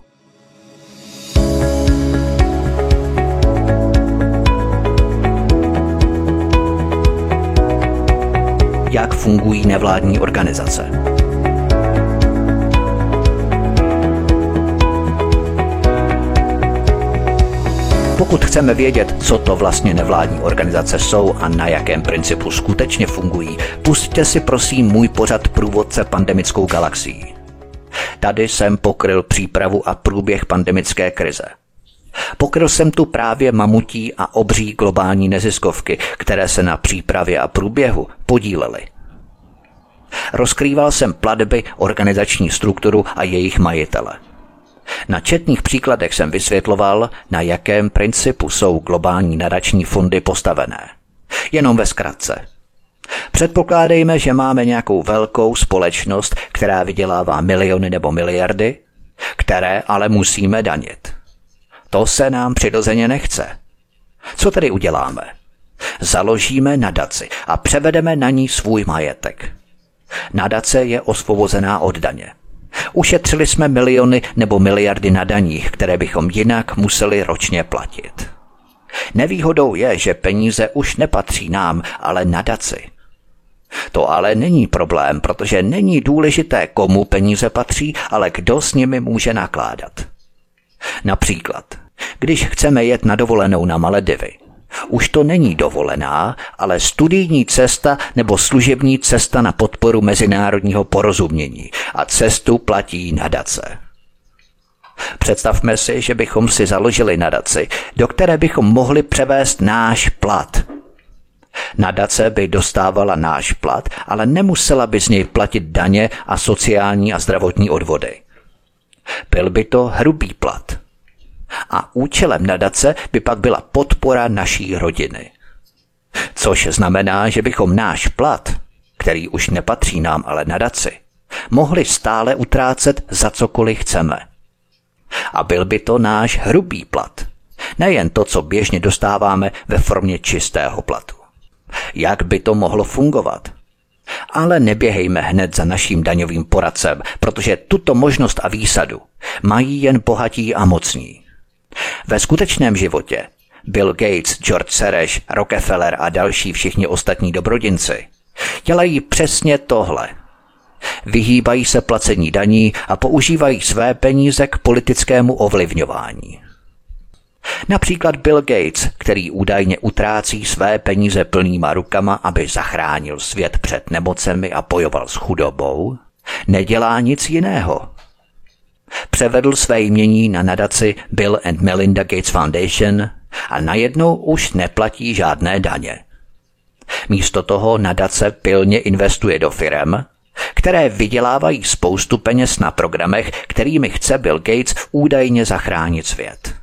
Jak fungují nevládní organizace? Pokud chceme vědět, co to vlastně nevládní organizace jsou a na jakém principu skutečně fungují, pusťte si prosím můj pořad Průvodce pandemickou galaxií. Tady jsem pokryl přípravu a průběh pandemické krize. Pokryl jsem tu právě mamutí a obří globální neziskovky, které se na přípravě a průběhu podílely. Rozkrýval jsem platby, organizační strukturu a jejich majitele. Na četných příkladech jsem vysvětloval, na jakém principu jsou globální nadační fondy postavené. Jenom ve zkratce. Předpokládejme, že máme nějakou velkou společnost, která vydělává miliony nebo miliardy, které ale musíme danit. To se nám přirozeně nechce. Co tedy uděláme? Založíme nadaci a převedeme na ní svůj majetek. Nadace je osvobozená od daně. Ušetřili jsme miliony nebo miliardy na daních, které bychom jinak museli ročně platit. Nevýhodou je, že peníze už nepatří nám, ale nadaci. To ale není problém, protože není důležité, komu peníze patří, ale kdo s nimi může nakládat. Například, když chceme jet na dovolenou na Maledivy, už to není dovolená, ale studijní cesta nebo služební cesta na podporu mezinárodního porozumění a cestu platí nadace. Představme si, že bychom si založili nadaci, do které bychom mohli převést náš plat. Nadace by dostávala náš plat, ale nemusela by z něj platit daně a sociální a zdravotní odvody. Byl by to hrubý plat. A účelem nadace by pak byla podpora naší rodiny. Což znamená, že bychom náš plat, který už nepatří nám, ale nadaci, mohli stále utrácet za cokoliv chceme. A byl by to náš hrubý plat. Nejen to, co běžně dostáváme ve formě čistého platu. Jak by to mohlo fungovat? Ale neběhejme hned za naším daňovým poradcem, protože tuto možnost a výsadu mají jen bohatí a mocní. Ve skutečném životě Bill Gates, George Soros, Rockefeller a další všichni ostatní dobrodinci dělají přesně tohle. Vyhýbají se placení daní a používají své peníze k politickému ovlivňování. Například Bill Gates, který údajně utrácí své peníze plnýma rukama, aby zachránil svět před nemocemi a bojoval s chudobou, nedělá nic jiného. Převedl své jmění na nadaci Bill and Melinda Gates Foundation a najednou už neplatí žádné daně. Místo toho nadace pilně investuje do firem, které vydělávají spoustu peněz na programech, kterými chce Bill Gates údajně zachránit svět.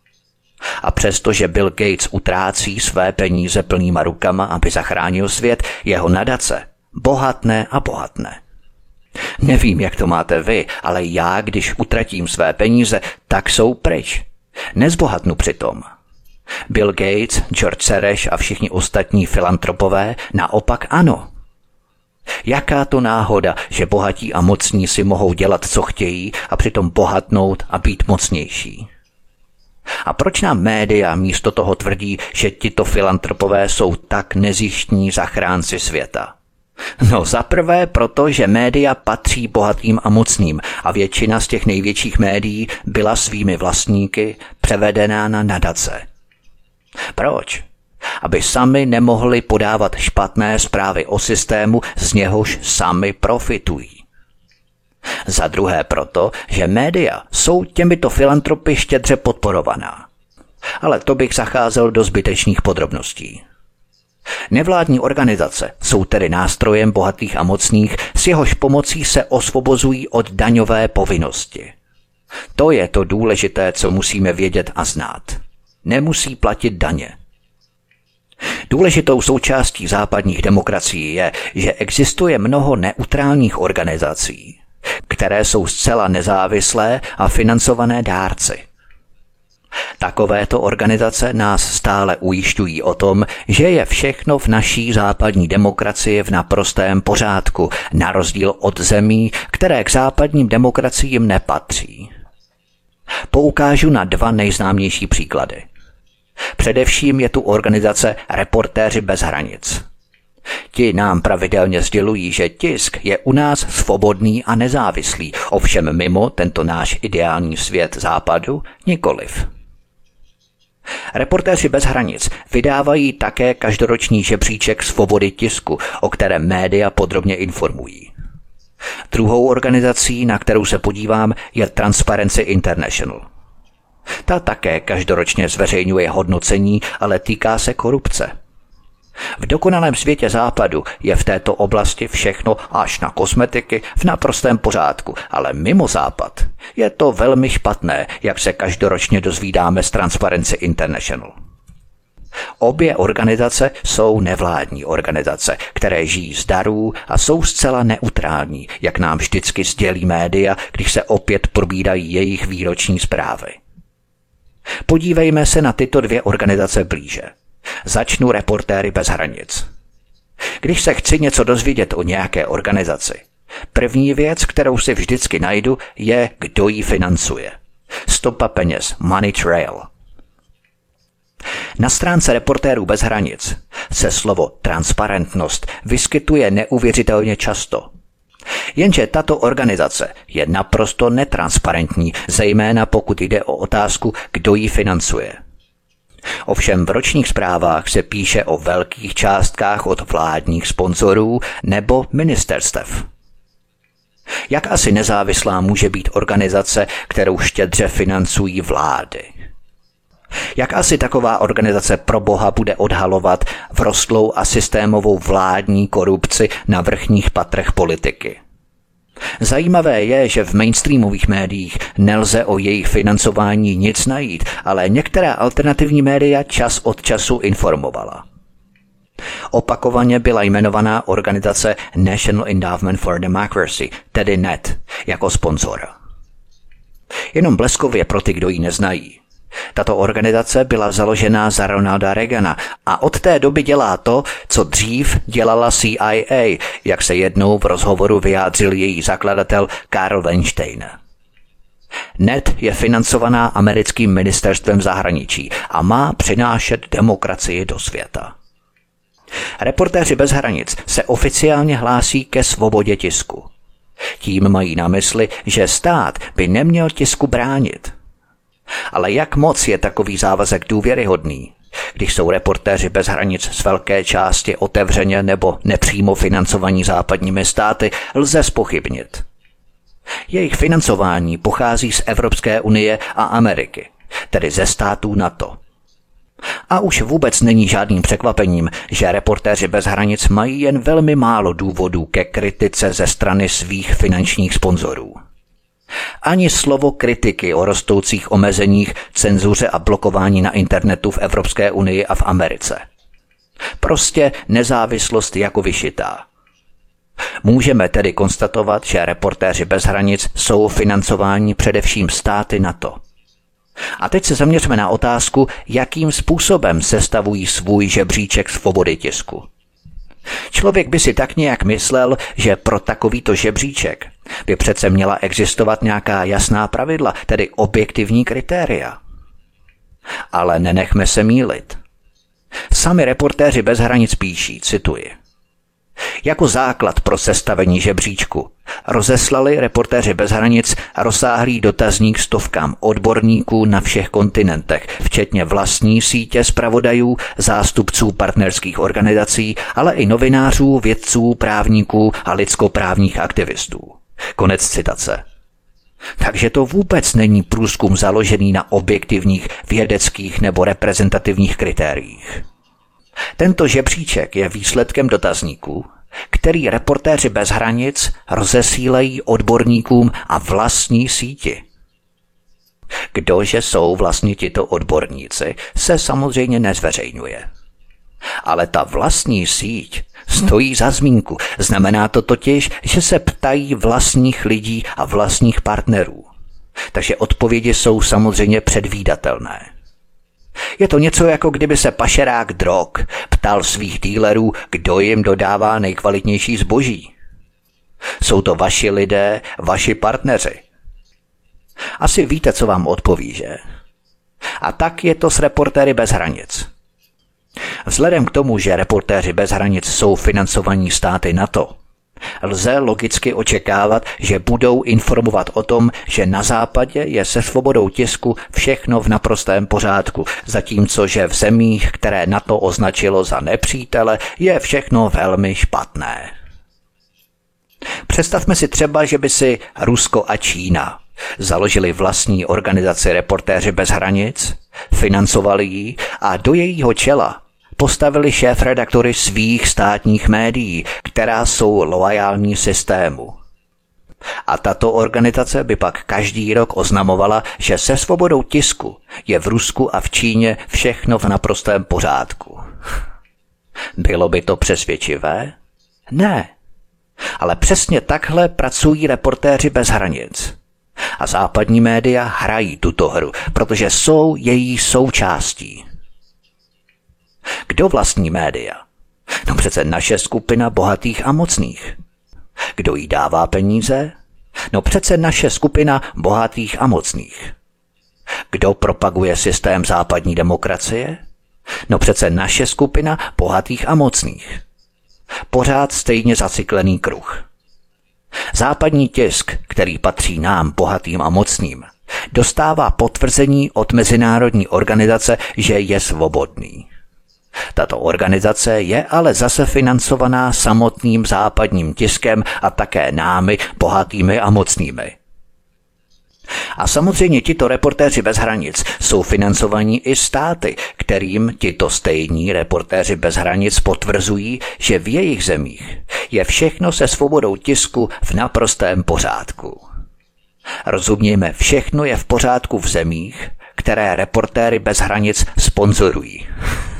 A přestože Bill Gates utrácí své peníze plnýma rukama, aby zachránil svět, jeho nadace bohatne a bohatne. Nevím, jak to máte vy, ale já, když utratím své peníze, tak jsou pryč. Nezbohatnu přitom. Bill Gates, George Soros a všichni ostatní filantropové naopak ano. Jaká to náhoda, že bohatí a mocní si mohou dělat, co chtějí a přitom bohatnout a být mocnější. A proč nám média místo toho tvrdí, že tito filantropové jsou tak nezištní zachránci světa? No zaprvé proto, že média patří bohatým a mocným a většina z těch největších médií byla svými vlastníky převedená na nadace. Proč? Aby sami nemohli podávat špatné zprávy o systému, z něhož sami profitují. Za druhé proto, že média jsou těmito filantropy štědře podporovaná. Ale to bych zacházel do zbytečných podrobností. Nevládní organizace jsou tedy nástrojem bohatých a mocných, s jehož pomocí se osvobozují od daňové povinnosti. To je to důležité, co musíme vědět a znát. Nemusí platit daně. Důležitou součástí západních demokracií je, že existuje mnoho neutrálních organizací, které jsou zcela nezávislé a financované dárci. Takovéto organizace nás stále ujišťují o tom, že je všechno v naší západní demokracii v naprostém pořádku, na rozdíl od zemí, které k západním demokraciím nepatří. Poukážu na dva nejznámější příklady. Především je tu organizace Reportéři bez hranic. Ti nám pravidelně sdělují, že tisk je u nás svobodný a nezávislý, ovšem mimo tento náš ideální svět západu nikoliv. Reportéři bez hranic vydávají také každoroční žebříček svobody tisku, o kterém média podrobně informují. Druhou organizací, na kterou se podívám, je Transparency International. Ta také každoročně zveřejňuje hodnocení, ale týká se korupce. V dokonalém světě západu je v této oblasti všechno až na kosmetiky v naprostém pořádku, ale mimo západ je to velmi špatné, jak se každoročně dozvídáme z Transparency International. Obě organizace jsou nevládní organizace, které žijí z darů a jsou zcela neutrální, jak nám vždycky sdělí média, když se opět probírají jejich výroční zprávy. Podívejme se na tyto dvě organizace blíže. Začnu Reportéry bez hranic. Když se chci něco dozvědět o nějaké organizaci, první věc, kterou si vždycky najdu, je, kdo ji financuje. Stopa peněz, money trail. Na stránce Reportérů bez hranic se slovo transparentnost vyskytuje neuvěřitelně často. Jenže tato organizace je naprosto netransparentní, zejména pokud jde o otázku, kdo ji financuje. Ovšem v ročních zprávách se píše o velkých částkách od vládních sponzorů nebo ministerstev. Jak asi nezávislá může být organizace, kterou štědře financují vlády? Jak asi taková organizace pro boha bude odhalovat vrostlou a systémovou vládní korupci na vrchních patrech politiky? Zajímavé je, že v mainstreamových médiích nelze o jejich financování nic najít, ale některá alternativní média čas od času informovala. Opakovaně byla jmenovaná organizace National Endowment for Democracy, tedy NED, jako sponzor. Jenom bleskově pro ty, kdo ji neznají. Tato organizace byla založena za Ronalda Reagana a od té doby dělá to, co dřív dělala CIA, jak se jednou v rozhovoru vyjádřil její zakladatel Karl Weinstein. NED je financovaná americkým ministerstvem zahraničí a má přinášet demokracii do světa. Reportéři bez hranic se oficiálně hlásí ke svobodě tisku. Tím mají na mysli, že stát by neměl tisku bránit. Ale jak moc je takový závazek důvěryhodný, když jsou Reportéři bez hranic z velké části otevřeně nebo nepřímo financovaní západními státy, lze zpochybnit. Jejich financování pochází z Evropské unie a Ameriky, tedy ze států NATO. A už vůbec není žádným překvapením, že Reportéři bez hranic mají jen velmi málo důvodů ke kritice ze strany svých finančních sponzorů. Ani slovo kritiky o rostoucích omezeních, cenzuře a blokování na internetu v Evropské unii a v Americe. Prostě nezávislost jako vyšitá. Můžeme tedy konstatovat, že Reportéři bez hranic jsou financováni především státy NATO. A teď se zaměřme na otázku, jakým způsobem sestavují svůj žebříček svobody tisku. Člověk by si tak nějak myslel, že pro takovýto žebříček by přece měla existovat nějaká jasná pravidla, tedy objektivní kritéria. Ale nenechme se mýlit. Sami Reportéři bez hranic píší, cituji. Jako základ pro sestavení žebříčku rozeslali Reportéři bez hranic rozsáhlý dotazník stovkám odborníků na všech kontinentech, včetně vlastní sítě zpravodajů, zástupců partnerských organizací, ale i novinářů, vědců, právníků a lidskoprávních aktivistů. Konec citace. Takže to vůbec není průzkum založený na objektivních, vědeckých nebo reprezentativních kritériích. Tento žebříček je výsledkem dotazníků, který Reportéři bez hranic rozesílají odborníkům a vlastní síti. Kdože jsou vlastně tito odborníci, se samozřejmě nezveřejňuje. Ale ta vlastní síť stojí za zmínku. Znamená to totiž, že se ptají vlastních lidí a vlastních partnerů. Takže odpovědi jsou samozřejmě předvídatelné. Je to něco, jako kdyby se pašerák drog ptal svých dílerů, kdo jim dodává nejkvalitnější zboží. Jsou to vaši lidé, vaši partneři. Asi víte, co vám odpoví, že? A tak je to s Reportéry bez hranic. Vzhledem k tomu, že Reportéři bez hranic jsou financovaní státy NATO, lze logicky očekávat, že budou informovat o tom, že na západě je se svobodou tisku všechno v naprostém pořádku, zatímco že v zemích, které NATO označilo za nepřítele, je všechno velmi špatné. Představme si třeba, že by si Rusko a Čína založili vlastní organizaci Reportéři bez hranic, financovali ji a do jejího čela postavili šéfredaktory svých státních médií, která jsou loajální systému. A tato organizace by pak každý rok oznamovala, že se svobodou tisku je v Rusku a v Číně všechno v naprostém pořádku. Bylo by to přesvědčivé? Ne. Ale přesně takhle pracují Reportéři bez hranic. A západní média hrají tuto hru, protože jsou její součástí. Kdo vlastní média? No přece naše skupina bohatých a mocných. Kdo jí dává peníze? No přece naše skupina bohatých a mocných. Kdo propaguje systém západní demokracie? No přece naše skupina bohatých a mocných. Pořád stejně zacyklený kruh. Západní tisk, který patří nám, bohatým a mocným, dostává potvrzení od mezinárodní organizace, že je svobodný. Tato organizace je ale zase financovaná samotným západním tiskem a také námi, bohatými a mocnými. A samozřejmě tito Reportéři bez hranic jsou financovaní i státy, kterým tito stejní Reportéři bez hranic potvrzují, že v jejich zemích je všechno se svobodou tisku v naprostém pořádku. Rozumějme, všechno je v pořádku v zemích, které Reportéry bez hranic sponzorují.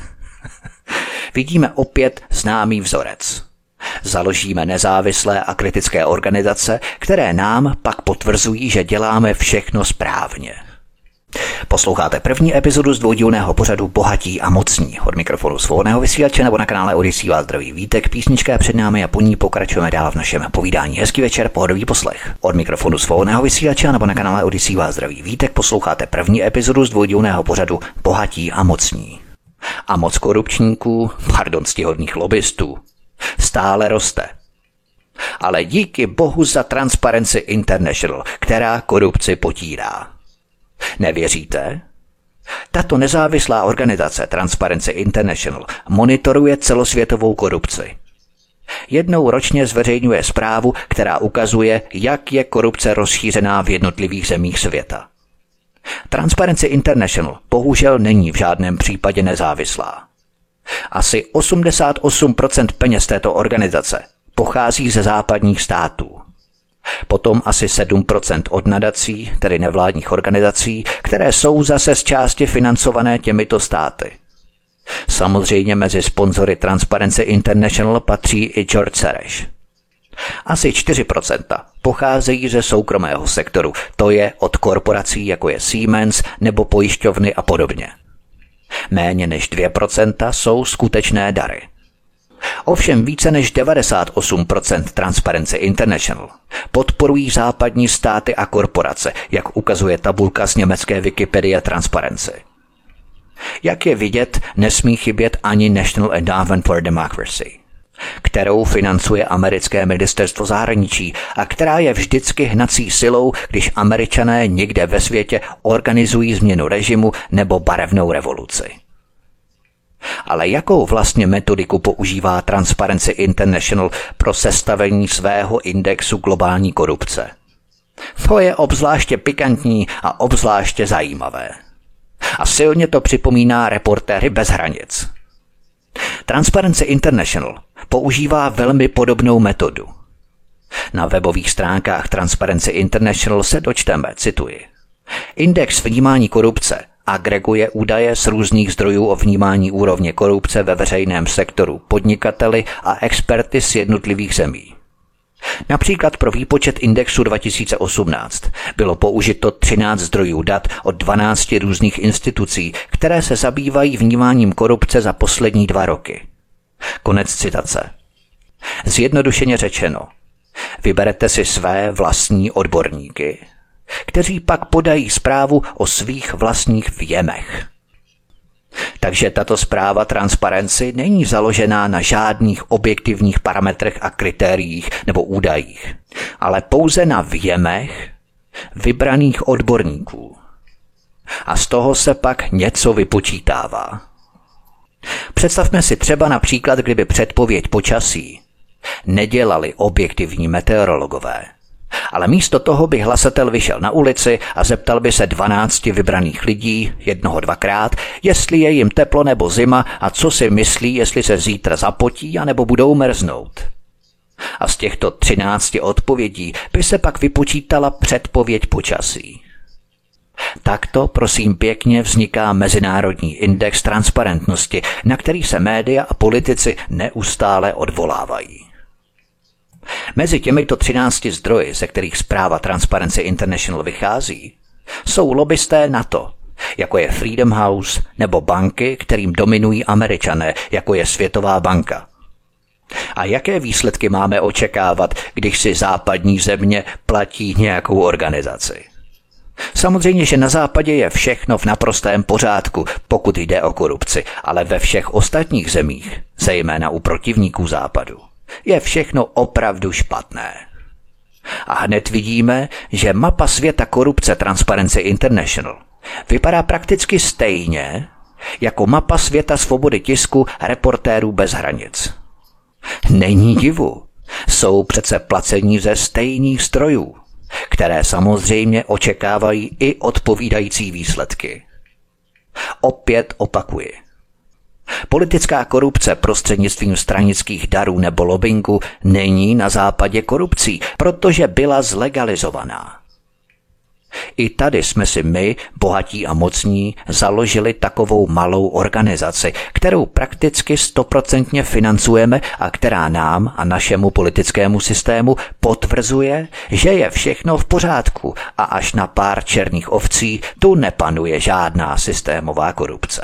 Vidíme opět známý vzorec. Založíme nezávislé a kritické organizace, které nám pak potvrzují, že děláme všechno správně. Posloucháte první epizodu z dvoudílného pořadu Bohatí a mocní. Od mikrofonu svobodného vysílače nebo na kanále Odyssey vás zdraví Vítek, písnička je před námi a po ní pokračujeme dál v našem povídání. Hezký večer, pohodový poslech. Od mikrofonu svobodného vysílače nebo na kanále Odyssey vás zdraví Vítek, posloucháte první epizodu z dvoudílného pořadu Bohatí a mocní. A moc korupčníků, ctihodných lobbystů, stále roste. Ale díky bohu za Transparency International, která korupci potírá. Nevěříte? Tato nezávislá organizace Transparency International monitoruje celosvětovou korupci. Jednou ročně zveřejňuje zprávu, která ukazuje, jak je korupce rozšířená v jednotlivých zemích světa. Transparency International bohužel není v žádném případě nezávislá. Asi 88% peněz této organizace pochází ze západních států. Potom asi 7% od nadací, tedy nevládních organizací, které jsou zase z části financované těmito státy. Samozřejmě mezi sponzory Transparency International patří i George Soros. Asi 4% pocházejí ze soukromého sektoru, to je od korporací jako je Siemens nebo pojišťovny a podobně. Méně než 2% jsou skutečné dary. Ovšem více než 98% Transparency International podporují západní státy a korporace, jak ukazuje tabulka z německé Wikipedie Transparency. Jak je vidět, nesmí chybět ani National Endowment for Democracy, kterou financuje americké ministerstvo zahraničí a která je vždycky hnací silou, když Američané někde ve světě organizují změnu režimu nebo barevnou revoluci. Ale jakou vlastně metodiku používá Transparency International pro sestavení svého indexu globální korupce? To je obzvláště pikantní a obzvláště zajímavé. A silně to připomíná Reportéry bez hranic. Transparency International používá velmi podobnou metodu. Na webových stránkách Transparency International se dočteme, cituji: Index vnímání korupce agreguje údaje z různých zdrojů o vnímání úrovně korupce ve veřejném sektoru, podnikateli a experty z jednotlivých zemí. Například pro výpočet indexu 2018 bylo použito 13 zdrojů dat od 12 různých institucí, které se zabývají vnímáním korupce za poslední 2 roky. Konec citace. Zjednodušeně řečeno, vyberete si své vlastní odborníky, kteří pak podají zprávu o svých vlastních věmech. Takže tato zpráva Transparency není založená na žádných objektivních parametrech a kritériích nebo údajích, ale pouze na věmech vybraných odborníků. A z toho se pak něco vypočítává. Představme si třeba například, kdyby předpověď počasí nedělali objektivní meteorologové, ale místo toho by hlasatel vyšel na ulici a zeptal by se 12 vybraných lidí, 1-2krát, jestli je jim teplo nebo zima a co si myslí, jestli se zítra zapotí a nebo budou mrznout. A z těchto 13 odpovědí by se pak vypočítala předpověď počasí. Takto, prosím pěkně, vzniká Mezinárodní index transparentnosti, na který se média a politici neustále odvolávají. Mezi těmito 13 zdroji, ze kterých zpráva Transparency International vychází, jsou lobbysté NATO, jako je Freedom House, nebo banky, kterým dominují Američané, jako je Světová banka. A jaké výsledky máme očekávat, když si západní země platí nějakou organizaci? Samozřejmě, že na západě je všechno v naprostém pořádku, pokud jde o korupci, ale ve všech ostatních zemích, zejména u protivníků západu, je všechno opravdu špatné. A hned vidíme, že mapa světa korupce Transparency International vypadá prakticky stejně jako mapa světa svobody tisku Reportérů bez hranic. Není divu, jsou přece placení ze stejných zdrojů, které samozřejmě očekávají i odpovídající výsledky. Opět opakuji. Politická korupce prostřednictvím stranických darů nebo lobbingu není na západě korupcí, protože byla zlegalizovaná. I tady jsme si my, bohatí a mocní, založili takovou malou organizaci, kterou prakticky 100% financujeme a která nám a našemu politickému systému potvrzuje, že je všechno v pořádku a až na pár černých ovcí tu nepanuje žádná systémová korupce.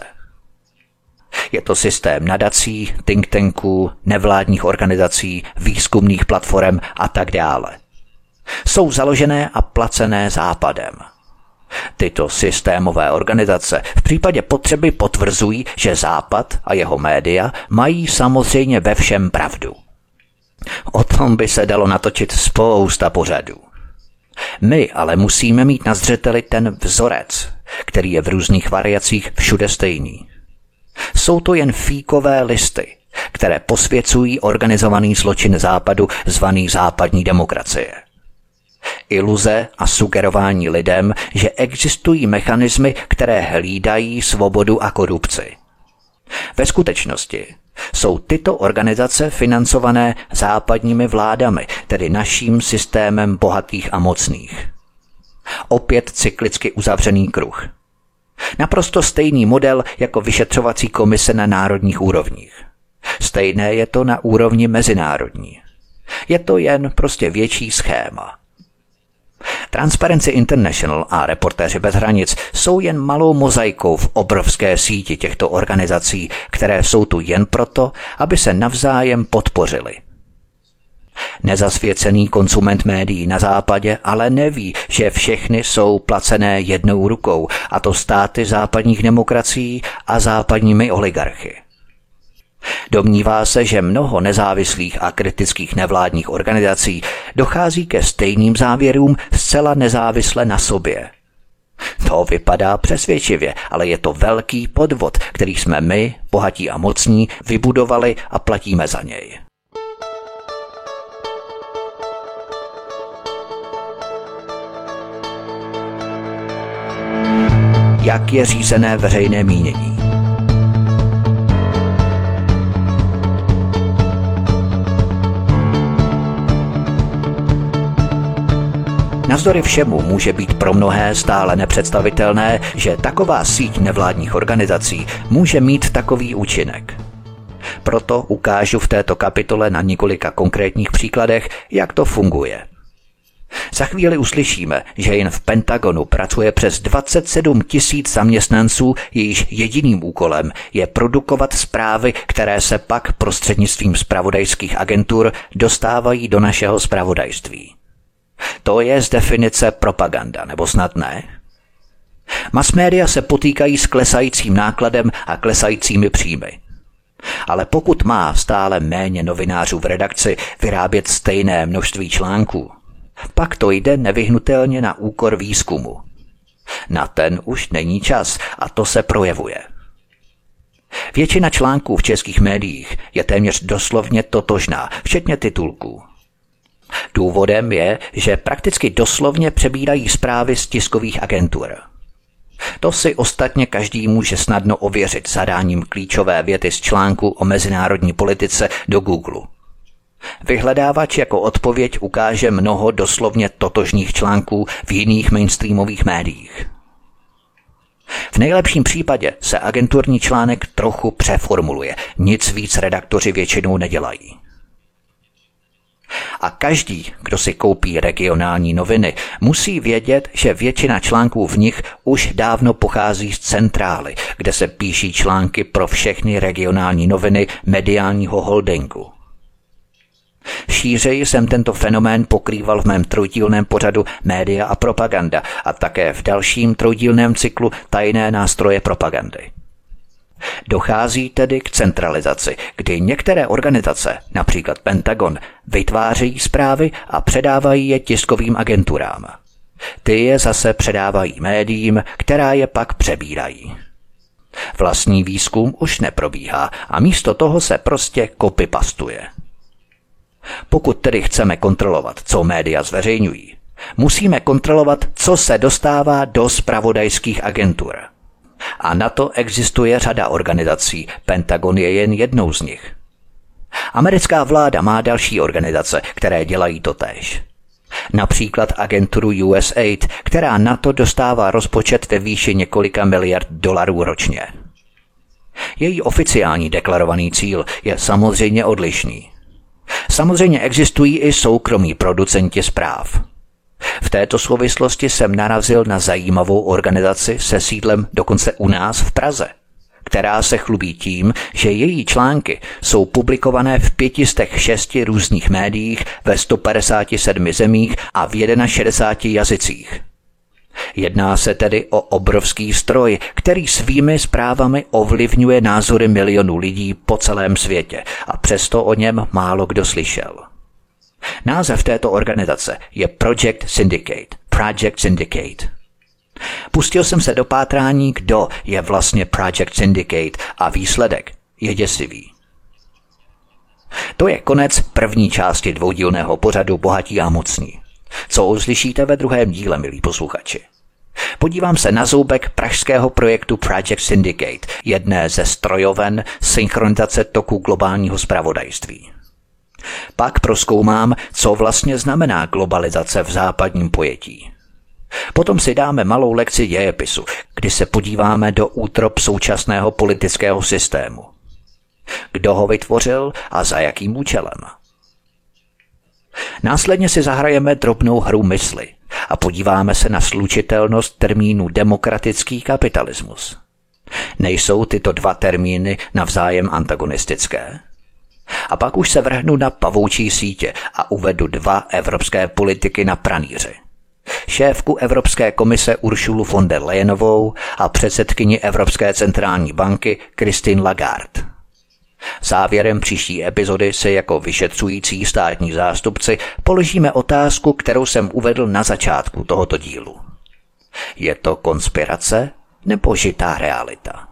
Je to systém nadací, think tanků, nevládních organizací, výzkumných platform a tak dále. Jsou založené a placené Západem. Tyto systémové organizace v případě potřeby potvrzují, že Západ a jeho média mají samozřejmě ve všem pravdu. O tom by se dalo natočit spousta pořadů. My ale musíme mít na zřeteli ten vzorec, který je v různých variacích všude stejný. Jsou to jen fíkové listy, které posvěcují organizovaný zločin Západu zvaný západní demokracie. Iluze a sugerování lidem, že existují mechanismy, které hlídají svobodu a korupci. Ve skutečnosti jsou tyto organizace financované západními vládami, tedy naším systémem bohatých a mocných. Opět cyklicky uzavřený kruh. Naprosto stejný model jako vyšetřovací komise na národních úrovních. Stejné je to na úrovni mezinárodní. Je to jen prostě větší schéma. Transparency International a Reportéři bez hranic jsou jen malou mozaikou v obrovské síti těchto organizací, které jsou tu jen proto, aby se navzájem podpořili. Nezasvěcený konzument médií na západě ale neví, že všechny jsou placené jednou rukou, a to státy západních demokracií a západními oligarchy. Domnívá se, že mnoho nezávislých a kritických nevládních organizací dochází ke stejným závěrům zcela nezávisle na sobě. To vypadá přesvědčivě, ale je to velký podvod, který jsme my, bohatí a mocní, vybudovali a platíme za něj. Jak je řízené veřejné mínění? Navzdory všemu může být pro mnohé stále nepředstavitelné, že taková síť nevládních organizací může mít takový účinek. Proto ukážu v této kapitole na několika konkrétních příkladech, jak to funguje. Za chvíli uslyšíme, že jen v Pentagonu pracuje přes 27 000 zaměstnanců, jejichž jediným úkolem je produkovat zprávy, které se pak prostřednictvím zpravodajských agentur dostávají do našeho zpravodajství. To je z definice propaganda, nebo snad ne? Masmédia se potýkají s klesajícím nákladem a klesajícími příjmy. Ale pokud má stále méně novinářů v redakci vyrábět stejné množství článků, pak to jde nevyhnutelně na úkor výzkumu. Na ten už není čas a to se projevuje. Většina článků v českých médiích je téměř doslovně totožná, včetně titulků. Důvodem je, že prakticky doslovně přebírají zprávy z tiskových agentur. To si ostatně každý může snadno ověřit zadáním klíčové věty z článku o mezinárodní politice do Google. Vyhledávač jako odpověď ukáže mnoho doslovně totožných článků v jiných mainstreamových médiích. V nejlepším případě se agenturní článek trochu přeformuluje, nic víc redaktoři většinou nedělají. A každý, kdo si koupí regionální noviny, musí vědět, že většina článků v nich už dávno pochází z centrály, kde se píší články pro všechny regionální noviny mediálního holdingu. Šířeji jsem tento fenomén pokrýval v mém trojdílném pořadu Média a propaganda a také v dalším trojdílném cyklu Tajné nástroje propagandy. Dochází tedy k centralizaci, kdy některé organizace, například Pentagon, vytvářejí zprávy a předávají je tiskovým agenturám. Ty je zase předávají médiím, která je pak přebírají. Vlastní výzkum už neprobíhá a místo toho se prostě copypastuje. Pokud tedy chceme kontrolovat, co média zveřejňují, musíme kontrolovat, co se dostává do zpravodajských agentur. A na to existuje řada organizací, Pentagon je jen jednou z nich. Americká vláda má další organizace, které dělají totéž. Například agenturu USAID, která na to dostává rozpočet ve výši několika miliard dolarů ročně. Její oficiální deklarovaný cíl je samozřejmě odlišný. Samozřejmě existují i soukromí producenti zpráv. V této souvislosti jsem narazil na zajímavou organizaci se sídlem dokonce u nás v Praze, která se chlubí tím, že její články jsou publikované v 506 různých médiích ve 157 zemích a v 61 jazycích. Jedná se tedy o obrovský stroj, který svými zprávami ovlivňuje názory milionů lidí po celém světě a přesto o něm málo kdo slyšel. Název této organizace je Project Syndicate. Pustil jsem se do pátrání, kdo je vlastně Project Syndicate a výsledek je děsivý. To je konec první části dvoudílného pořadu Bohatí a mocní. Co uslyšíte ve druhém díle, milí posluchači? Podívám se na zoubek pražského projektu Project Syndicate, jedné ze strojoven synchronizace toku globálního zpravodajství. Pak prozkoumám, co vlastně znamená globalizace v západním pojetí. Potom si dáme malou lekci dějepisu, kdy se podíváme do útrob současného politického systému. Kdo ho vytvořil a za jakým účelem? Následně si zahrajeme drobnou hru mysli a podíváme se na slučitelnost termínu demokratický kapitalismus. Nejsou tyto dva termíny navzájem antagonistické? A pak už se vrhnu na pavoučí sítě a uvedu dva evropské politiky na pranýři. Šéfku Evropské komise Ursulu von der Leyenovou a předsedkyni Evropské centrální banky Christine Lagarde. Závěrem příští epizody se jako vyšetřující státní zástupci položíme otázku, kterou jsem uvedl na začátku tohoto dílu. Je to konspirace nebo žitá realita?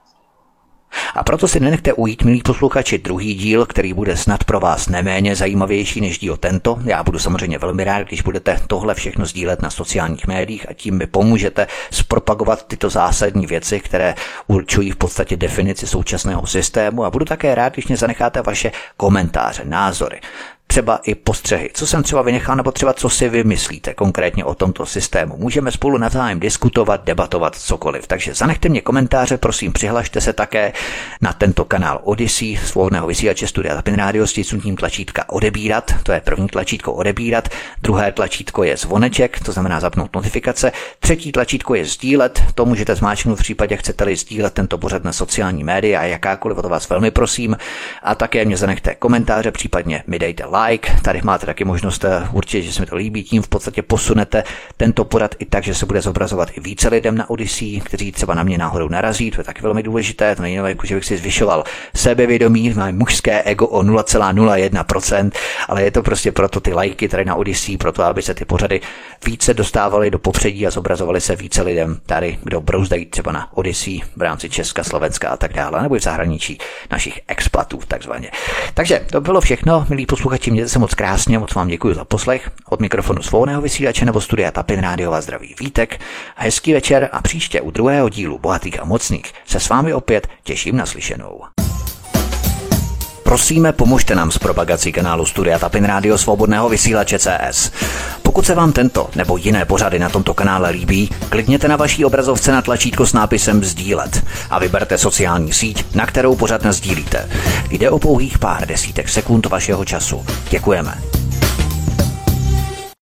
A proto si nenechte ujít, milí posluchači, druhý díl, který bude snad pro vás neméně zajímavější než díl tento. Já budu samozřejmě velmi rád, když budete tohle všechno sdílet na sociálních médiích a tím mi pomůžete zpropagovat tyto zásadní věci, které určují v podstatě definici současného systému, a budu také rád, když mě zanecháte vaše komentáře, názory. Třeba i postřehy, co jsem třeba vynechal, nebo třeba co si vy myslíte konkrétně o tomto systému. Můžeme spolu navzájem diskutovat, debatovat, cokoliv. Takže zanechte mě komentáře, prosím, přihlašte se také na tento kanál Odyssey, svobodného vysílače Studia Tapin Radio s tím tlačítka odebírat, to je první tlačítko odebírat, druhé tlačítko je zvoneček, to znamená zapnout notifikace, třetí tlačítko je sdílet, to můžete zmáčknout v případě, chcete-li sdílet tento pořad na sociální média a jakákoliv, o to vás velmi prosím, a také mě zanechte komentáře, případně mi dejte like, tady máte taky možnost určitě, že se mi to líbí, tím v podstatě posunete tento pořad i tak, že se bude zobrazovat i více lidem na Odyssey, kteří třeba na mě náhodou narazí, to je taky velmi důležité, to není nové, že bych si zvyšoval sebevědomí, mám mužské ego o 0,01%, ale je to prostě proto ty lajky tady na Odyssey, proto aby se ty pořady více dostávaly do popředí a zobrazovaly se více lidem tady, kdo brouzdají třeba na Odyssey v rámci Česka, Slovenska a tak dále, nebo i v zahraničí našich expatů takzvaně. Takže to bylo všechno, milí posluchači, mějte se moc krásně, moc vám děkuji za poslech. Od mikrofonu svobodného vysílače nebo Studia Tapin Radio vás zdraví Vítek. Hezký večer a příště u druhého dílu Bohatých a mocných se s vámi opět těším na slyšenou. Prosíme, pomožte nám s propagací kanálu Studia Tapin Rádio Svobodného vysílače CS. Pokud se vám tento nebo jiné pořady na tomto kanále líbí, klikněte na vaší obrazovce na tlačítko s nápisem sdílet a vyberte sociální síť, na kterou pořad nasdílíte. Jde o pouhých pár desítek sekund vašeho času. Děkujeme.